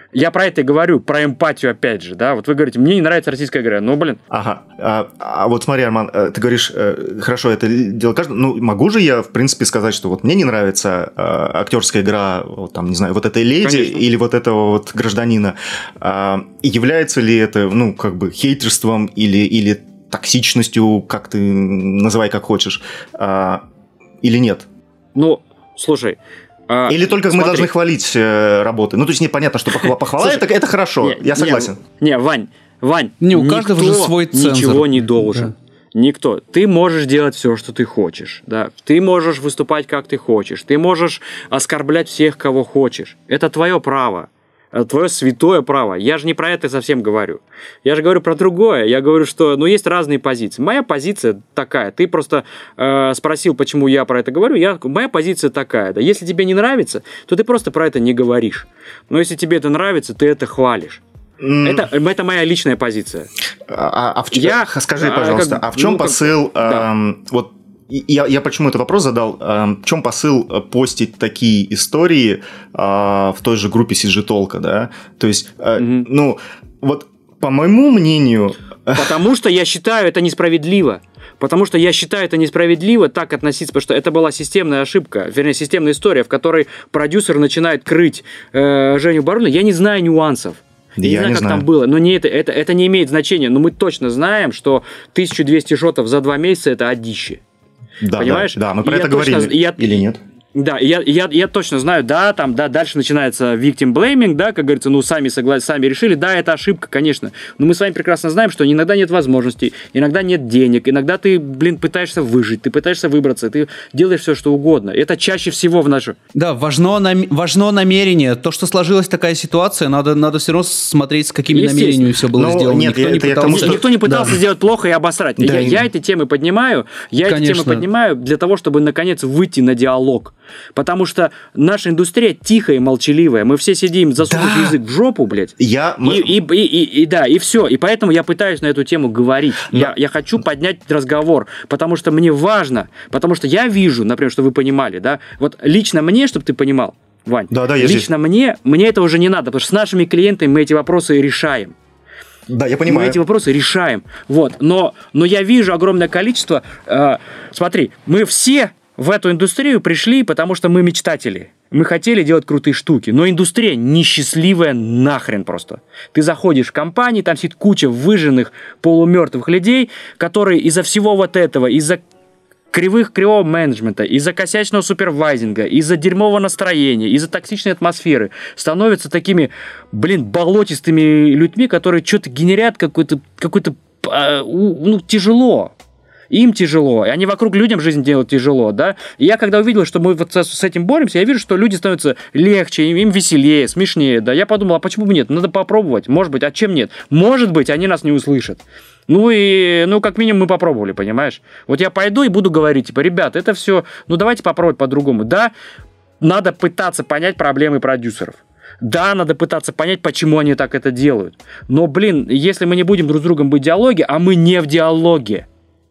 [SPEAKER 4] Я про это и говорю, про эмпатию опять же, да. Вот вы говорите, мне не нравится российская игра, ну, блин.
[SPEAKER 3] Ага. А, а вот смотри, Арман, ты говоришь, хорошо, это дело каждого. Ну, могу же я, в принципе, сказать, что вот мне не нравится а, актерская игра, вот, там, не знаю, вот этой леди Конечно. Или вот этого вот гражданина. А, является ли это, ну, как бы хейтерством или, или токсичностью, как ты называй, как хочешь, а, или нет?
[SPEAKER 4] Ну, слушай...
[SPEAKER 3] А, Или только смотри. Мы должны хвалить э, работы. Ну, то есть, непонятно, что похвала, похвала это, это хорошо, не, я согласен.
[SPEAKER 4] Не, не, Вань, Вань,
[SPEAKER 1] не, у каждого же свой цензор.
[SPEAKER 4] Ничего не должен. Да. Никто. Ты можешь делать все, что ты хочешь. Да? Ты можешь выступать, как ты хочешь. Ты можешь оскорблять всех, кого хочешь. Это твое право. Твое святое право. Я же не про это совсем говорю. Я же говорю про другое. Я говорю, что ну, есть разные позиции. Моя позиция такая. Ты просто э, спросил, почему я про это говорю. Я, моя позиция такая. Да? Если тебе не нравится, то ты просто про это не говоришь. Но если тебе это нравится, ты это хвалишь. Mm. Это, это моя личная позиция.
[SPEAKER 3] А, а в чем, я, скажи, пожалуйста, а, как, а в чем ну, посыл... Как, да. эм, вот Я, я почему этот вопрос задал? В чем посыл постить такие истории а, в той же группе си джи Толка, да? То есть, mm-hmm. ну, вот по моему мнению...
[SPEAKER 4] Потому что я считаю это несправедливо. Потому что я считаю это несправедливо так относиться, потому что это была системная ошибка, вернее, системная история, в которой продюсер начинает крыть э, Женю Барона. Я не знаю нюансов. Я, я не знаю, не как знаю. Там было, но не это, это, это не имеет значения. Но мы точно знаем, что тысяча двести шотов за два месяца – это одище.
[SPEAKER 3] Да,
[SPEAKER 4] понимаешь?
[SPEAKER 3] Да, да, мы про и это говорили.
[SPEAKER 4] Точно, я,
[SPEAKER 3] или нет?
[SPEAKER 4] Да, я, я, я точно знаю, да, там, да, дальше начинается victim blaming, да, как говорится, ну, сами согласны, сами решили, да, это ошибка, конечно, но мы с вами прекрасно знаем, что иногда нет возможностей, иногда нет денег, иногда ты, блин, пытаешься выжить, ты пытаешься выбраться, ты делаешь все, что угодно, это чаще всего в нашу...
[SPEAKER 1] Да, важно, нам... важно намерение, то, что сложилась такая ситуация, надо, надо все равно смотреть, с какими намерениями все было но сделано.
[SPEAKER 3] Нет,
[SPEAKER 1] никто, не пытался...
[SPEAKER 3] тому, что...
[SPEAKER 4] никто не пытался да. сделать плохо и обосрать, да, я, я эти темы поднимаю, я конечно. эти темы поднимаю для того, чтобы, наконец, выйти на диалог. Потому что наша индустрия тихая и молчаливая. Мы все сидим, засунув да. язык в жопу, блядь.
[SPEAKER 3] Я...
[SPEAKER 4] И, и, и, и, и да, и все. И поэтому я пытаюсь на эту тему говорить. Но... Я, я хочу поднять разговор, потому что мне важно, потому что я вижу, например, что вы понимали, да, вот лично мне, чтобы ты понимал, Вань,
[SPEAKER 3] да, да,
[SPEAKER 4] лично здесь. мне, мне это уже не надо, потому что с нашими клиентами мы эти вопросы решаем.
[SPEAKER 3] Да, я понимаю.
[SPEAKER 4] Мы эти вопросы решаем. Вот. Но, но я вижу огромное количество... Э, смотри, мы все... в эту индустрию пришли, потому что мы мечтатели. Мы хотели делать крутые штуки. Но индустрия несчастливая нахрен просто. Ты заходишь в компании, там сидит куча выжженных, полумертвых людей, которые из-за всего вот этого, из-за кривых кривого менеджмента, из-за косячного супервайзинга, из-за дерьмового настроения, из-за токсичной атмосферы становятся такими, блин, болотистыми людьми, которые что-то генерят какой-то, какой-то э, ну, тяжело. Им тяжело, и они вокруг людям жизнь делают тяжело, да. И я когда увидел, что мы вот с этим боремся, я вижу, что люди становятся легче, им, им веселее, смешнее, да. Я подумал, а почему бы нет? Надо попробовать, может быть, а чем нет? Может быть, они нас не услышат. Ну и, ну, как минимум, мы попробовали, понимаешь? Вот я пойду и буду говорить, типа, ребят, это все, ну, давайте попробовать по-другому. Да, надо пытаться понять проблемы продюсеров. Да, надо пытаться понять, почему они так это делают. Но, блин, если мы не будем друг с другом быть в диалоге, а мы не в диалоге,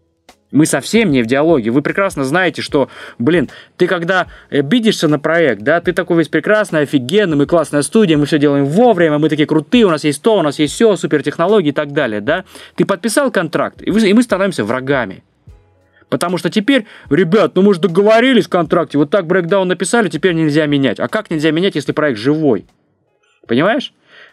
[SPEAKER 4] мы совсем не в диалоге. Вы прекрасно знаете, что, блин, ты когда обидишься на проект, да, ты такой весь прекрасный, офигенный, мы классная студия, мы все делаем вовремя, мы такие крутые, у нас есть то, у нас есть все, супертехнологии и так далее, да. Ты подписал контракт, и, вы, и мы становимся врагами. Потому что теперь, ребят, ну мы же договорились в контракте, вот так брейкдаун написали, теперь нельзя менять. А как нельзя менять, если проект живой? Понимаешь?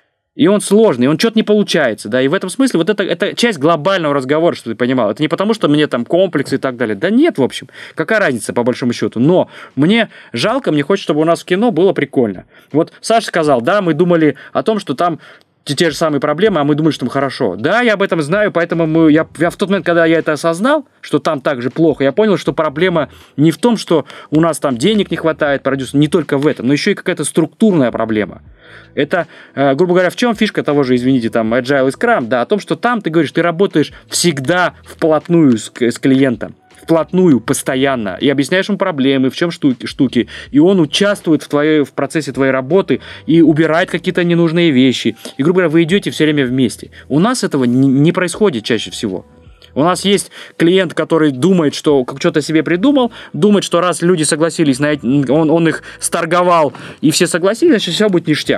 [SPEAKER 4] И он сложный, он что-то не получается, да, и в этом смысле вот это, это часть глобального разговора, что ты понимал. Это не потому, что мне там комплексы и так далее. Да нет, в общем, какая разница по большому счету. Но мне жалко, мне хочется, чтобы у нас в кино было прикольно. Вот Саша сказал, да, мы думали о том, что там те же самые проблемы, а мы думали, что там хорошо. Да, я об этом знаю, поэтому мы, я, я в тот момент, когда я это осознал, что там так же плохо, я понял, что проблема не в том, что у нас там денег не хватает, продюсер, не только в этом, но еще и какая-то структурная проблема. Это, э, грубо говоря, в чем фишка того же, извините, там, Agile и Scrum, да, о том, что там, ты говоришь, ты работаешь всегда вплотную с, с клиентом, вплотную, постоянно, и объясняешь ему проблемы, в чем штуки, штуки, и он участвует в, твоей, в процессе твоей работы и убирает какие-то ненужные вещи, и, грубо говоря, вы идете все время вместе. У нас этого не, не происходит чаще всего. У нас есть клиент, который думает, что что-то себе придумал, думает, что раз люди согласились, на эти, он, он их сторговал, и все согласились, значит, все будет ништяк.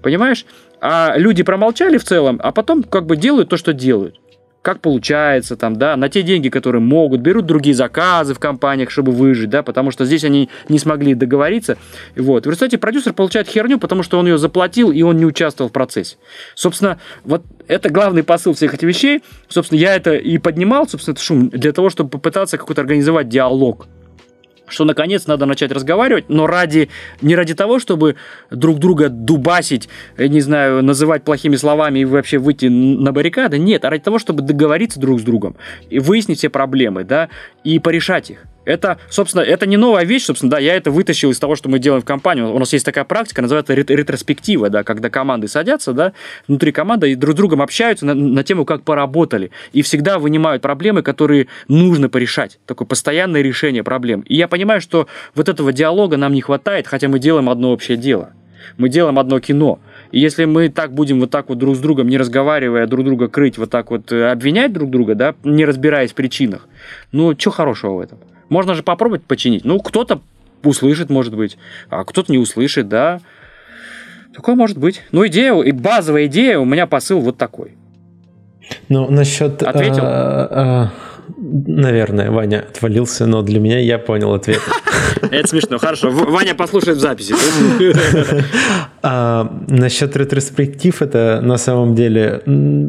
[SPEAKER 4] Понимаешь? А люди промолчали в целом, а потом как бы делают то, что делают. Как получается, там, да, на те деньги, которые могут, берут другие заказы в компаниях, чтобы выжить, да, потому что здесь они не смогли договориться. Вот. В результате продюсер получает херню, потому что он ее заплатил, и он не участвовал в процессе. Собственно, вот это главный посыл всех этих вещей. Собственно, я это и поднимал, собственно, этот шум, для того, чтобы попытаться какой-то организовать диалог. Что, наконец, надо начать разговаривать, но ради, не ради того, чтобы друг друга дубасить, не знаю, называть плохими словами и вообще выйти на баррикады, нет, а ради того, чтобы договориться друг с другом и выяснить все проблемы, да, и порешать их. Это, собственно, это не новая вещь, собственно, да, я это вытащил из того, что мы делаем в компании. У нас есть такая практика, называется ретроспектива, да, когда команды садятся, да, внутри команды и друг с другом общаются на, на тему, как поработали, и всегда вынимают проблемы, которые нужно порешать. Такое постоянное решение проблем. И я понимаю, что вот этого диалога нам не хватает, хотя мы делаем одно общее дело. Мы делаем одно кино. И если мы так будем вот так вот друг с другом, не разговаривая, друг друга крыть, вот так вот обвинять друг друга, да, не разбираясь в причинах, ну, что хорошего в этом? Можно же попробовать починить. Ну, кто-то услышит, может быть, а кто-то не услышит, да. Такое может быть. Ну, идея, и базовая идея, у меня посыл вот такой.
[SPEAKER 2] Ну, насчет...
[SPEAKER 4] Ответил?
[SPEAKER 2] А, а, наверное, Ваня отвалился, но для меня я понял ответ.
[SPEAKER 4] Это смешно, хорошо. Ваня послушает в записи.
[SPEAKER 2] Насчет ретроспектив, это на самом деле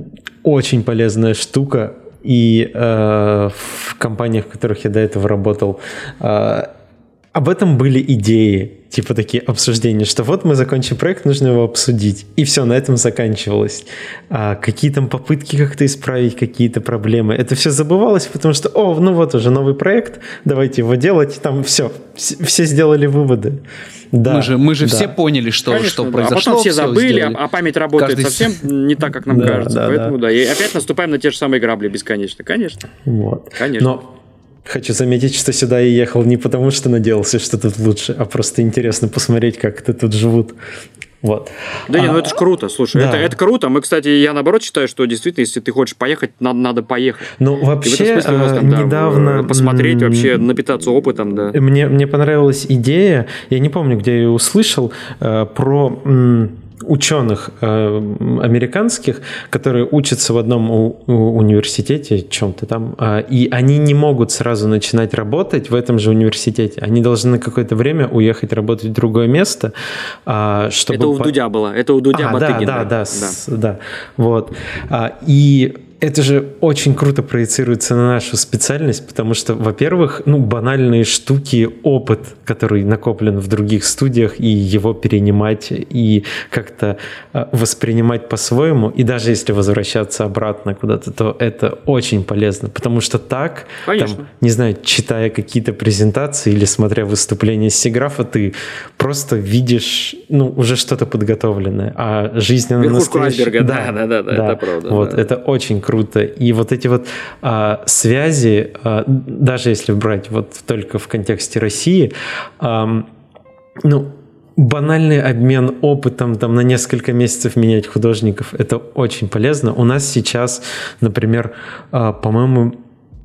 [SPEAKER 2] очень полезная штука. И э, в компаниях, в которых я до этого работал, э, об этом были идеи, типа такие обсуждения, что вот мы закончим проект, нужно его обсудить. И все, на этом заканчивалось. А какие там попытки как-то исправить какие-то проблемы. Это все забывалось, потому что, о, ну вот уже новый проект, давайте его делать. Там все, все сделали выводы. Да,
[SPEAKER 1] мы же, мы же
[SPEAKER 2] да.
[SPEAKER 1] все поняли, что,
[SPEAKER 4] Конечно,
[SPEAKER 1] что
[SPEAKER 4] да.
[SPEAKER 1] произошло.
[SPEAKER 4] А потом все, все забыли,
[SPEAKER 1] сделали.
[SPEAKER 4] а память работает Каждый... совсем не так, как нам
[SPEAKER 2] да,
[SPEAKER 4] кажется.
[SPEAKER 2] Да,
[SPEAKER 4] Поэтому
[SPEAKER 2] да.
[SPEAKER 4] да. И опять наступаем на те же самые грабли бесконечно. Конечно.
[SPEAKER 2] Вот.
[SPEAKER 4] Конечно.
[SPEAKER 2] Но хочу заметить, что сюда я ехал не потому, что надеялся, что тут лучше, а просто интересно посмотреть, как это тут живут. Вот.
[SPEAKER 4] Да
[SPEAKER 2] а,
[SPEAKER 4] не, ну это ж круто, слушай, да. это, это круто. Мы, кстати, я наоборот считаю, что действительно, если ты хочешь поехать, надо, надо поехать.
[SPEAKER 2] Ну, вообще,
[SPEAKER 4] и в этом смысле у нас, там,
[SPEAKER 2] недавно...
[SPEAKER 4] Да, посмотреть, вообще напитаться опытом, да.
[SPEAKER 2] Мне, мне понравилась идея, я не помню, где я ее услышал, э, про... М- ученых э, американских, которые учатся в одном у, у университете, чем-то там, э, и они не могут сразу начинать работать в этом же университете. Они должны на какое-то время уехать работать в другое место, э, чтобы...
[SPEAKER 4] Это у по... Дудя было, это у Дудя а, Батыгина.
[SPEAKER 2] Да, да, да, с, да, вот. А, и это же очень круто проецируется на нашу специальность, потому что, во-первых, ну, банальные штуки, опыт, который накоплен в других студиях, и его перенимать, и как-то воспринимать по-своему, и даже если возвращаться обратно куда-то, то это очень полезно, потому что так, там, не знаю, читая какие-то презентации или смотря выступления Сиграфа, ты просто видишь, ну, уже что-то подготовленное, а жизненно
[SPEAKER 4] Верхушку
[SPEAKER 2] настоящее...
[SPEAKER 4] айсберга, да, да, да, да, да, это правда.
[SPEAKER 2] Вот,
[SPEAKER 4] да.
[SPEAKER 2] Это очень круто. Круто. И вот эти вот а, связи, а, даже если брать вот только в контексте России, а, ну, банальный обмен опытом там, на несколько месяцев менять художников, это очень полезно. У нас сейчас, например, а, по-моему,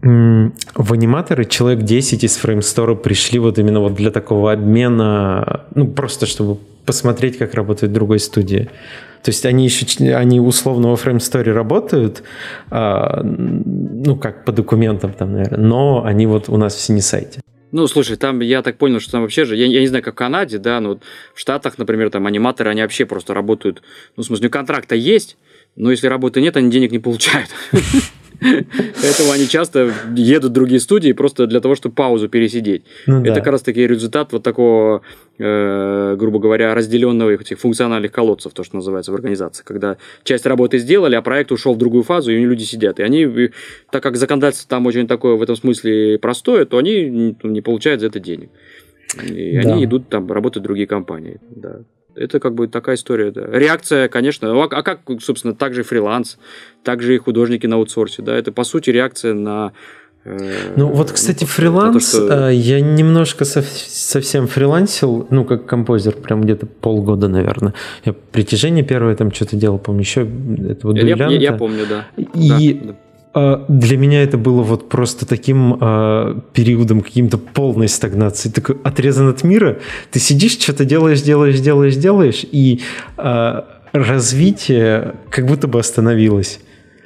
[SPEAKER 2] в аниматоры человек десять из Framestore пришли вот именно вот для такого обмена, ну, просто чтобы посмотреть, как работает в другой студии. То есть они еще, они условно во Framestore работают, а, ну, как по документам там, наверное, но они вот у нас в Синесайте.
[SPEAKER 4] Ну, слушай, там, я так понял, что там вообще же, я, я не знаю, как в Канаде, да, но в Штатах, например, там аниматоры, они вообще просто работают, ну, в смысле, контракта есть, но если работы нет, они денег не получают. Поэтому они часто едут в другие студии просто для того, чтобы паузу пересидеть. Ну, это да. как раз таки результат вот такого, э, грубо говоря, разделенного этих функциональных колодцев, то, что называется в организации, когда часть работы сделали, а проект ушел в другую фазу, и люди сидят. И они, так как законодательство там очень такое в этом смысле простое, то они не получают за это денег. И да. они идут там работать в другие компании. Да. Это как бы такая история, да. Реакция, конечно, а, а как, собственно, также фриланс, также и художники на аутсорсе, да, это, по сути, реакция на... Э,
[SPEAKER 2] ну, вот, кстати,
[SPEAKER 4] на
[SPEAKER 2] фриланс,
[SPEAKER 4] то, что...
[SPEAKER 2] я немножко сов- совсем фрилансил, ну, как композер, прям где-то полгода, наверное. Я «Притяжение» первое там что-то делал, помню, еще это вот
[SPEAKER 4] «Дуэлянта». Я, я, я помню, да.
[SPEAKER 2] И...
[SPEAKER 4] Да, да.
[SPEAKER 2] Для меня это было вот просто таким э, периодом каким-то полной стагнации. Такой отрезан от мира. Ты сидишь, что-то делаешь, делаешь, делаешь, делаешь, и э, развитие как будто бы остановилось.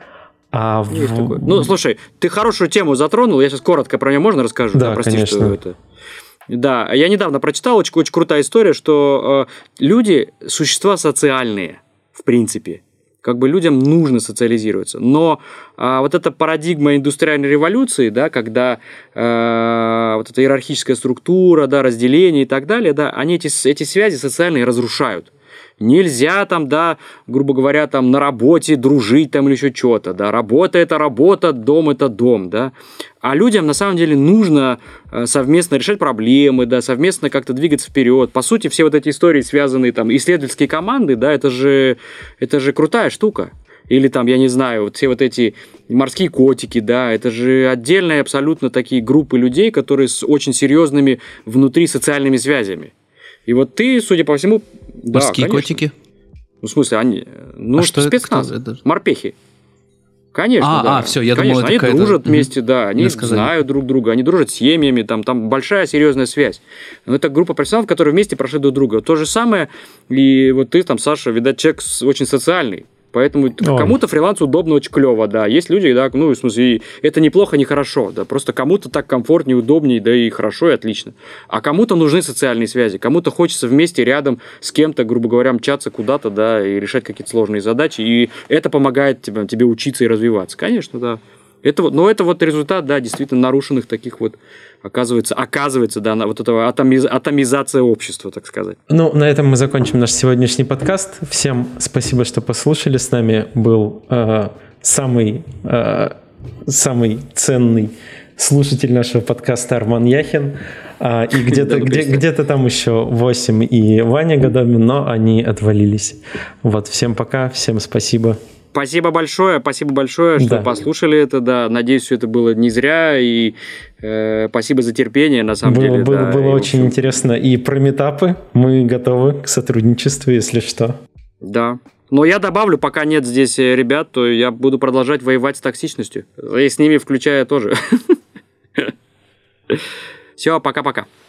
[SPEAKER 2] А в...
[SPEAKER 4] такое. Ну, слушай, ты хорошую тему затронул, я сейчас коротко про нее можно расскажу?
[SPEAKER 2] Да,
[SPEAKER 4] да прости,
[SPEAKER 2] конечно.
[SPEAKER 4] Что это... Да, я недавно прочитал, очень, очень крутая история, что э, люди – существа социальные, в принципе. Как бы людям нужно социализироваться. Но э, вот эта парадигма индустриальной революции, да, когда э, вот эта иерархическая структура, да, разделение и так далее, да, они эти, эти связи социальные разрушают. Нельзя там, да, грубо говоря, там на работе дружить там или еще что-то, да, работа – это работа, дом – это дом, да, а людям на самом деле нужно совместно решать проблемы, да, совместно как-то двигаться вперед. По сути, все вот эти истории, связанные там, исследовательские команды, да, это же, это же крутая штука. Или там, я не знаю, вот все вот эти морские котики, да, это же отдельные абсолютно такие группы людей, которые с очень серьезными внутри социальными связями. И вот ты, судя по всему...
[SPEAKER 1] Морские
[SPEAKER 4] да,
[SPEAKER 1] котики?
[SPEAKER 4] Ну, в смысле, они... Ну,
[SPEAKER 1] а что
[SPEAKER 4] спецназ.
[SPEAKER 1] Это?
[SPEAKER 4] Морпехи. Конечно,
[SPEAKER 1] а,
[SPEAKER 4] да.
[SPEAKER 1] А, все, я
[SPEAKER 4] Конечно,
[SPEAKER 1] думал,
[SPEAKER 4] они
[SPEAKER 1] это
[SPEAKER 4] дружат
[SPEAKER 1] угу.
[SPEAKER 4] вместе, да, они знают друг друга, они дружат с семьями, там, там большая серьезная связь. Но это группа профессионалов, которые вместе прошли друг друга. То же самое, и вот ты там, Саша, видать, человек очень социальный. Поэтому Ой. кому-то фриланс удобно, очень клево, да. Есть люди, да, ну, в смысле, это неплохо, не хорошо, да. Просто кому-то так комфортнее, удобнее, да и хорошо, и отлично. А кому-то нужны социальные связи, кому-то хочется вместе рядом с кем-то, грубо говоря, мчаться куда-то, да, и решать какие-то сложные задачи, и это помогает тебе, тебе учиться и развиваться. Конечно, да. Это вот, но это вот результат, да, действительно нарушенных таких вот, оказывается, оказывается, да, вот этого атомиз, атомизация общества, так сказать.
[SPEAKER 2] Ну, на этом мы закончим наш сегодняшний подкаст. Всем спасибо, что послушали. С нами был э, самый, э, самый ценный слушатель нашего подкаста Арман Яхин. Э, и где-то, где, где-то там еще восемь и Ваня Годомин, но они отвалились. Вот, всем пока, всем спасибо.
[SPEAKER 4] Спасибо большое, спасибо большое, что да. послушали это, да. Надеюсь, все это было не зря, и э, спасибо за терпение, на самом
[SPEAKER 2] было,
[SPEAKER 4] деле.
[SPEAKER 2] Было,
[SPEAKER 4] да,
[SPEAKER 2] было
[SPEAKER 4] и,
[SPEAKER 2] очень
[SPEAKER 4] общем...
[SPEAKER 2] интересно. И про митапы мы готовы к сотрудничеству, если что.
[SPEAKER 4] Да. Но я добавлю, пока нет здесь ребят, то я буду продолжать воевать с токсичностью. И с ними включая тоже. Все, пока-пока.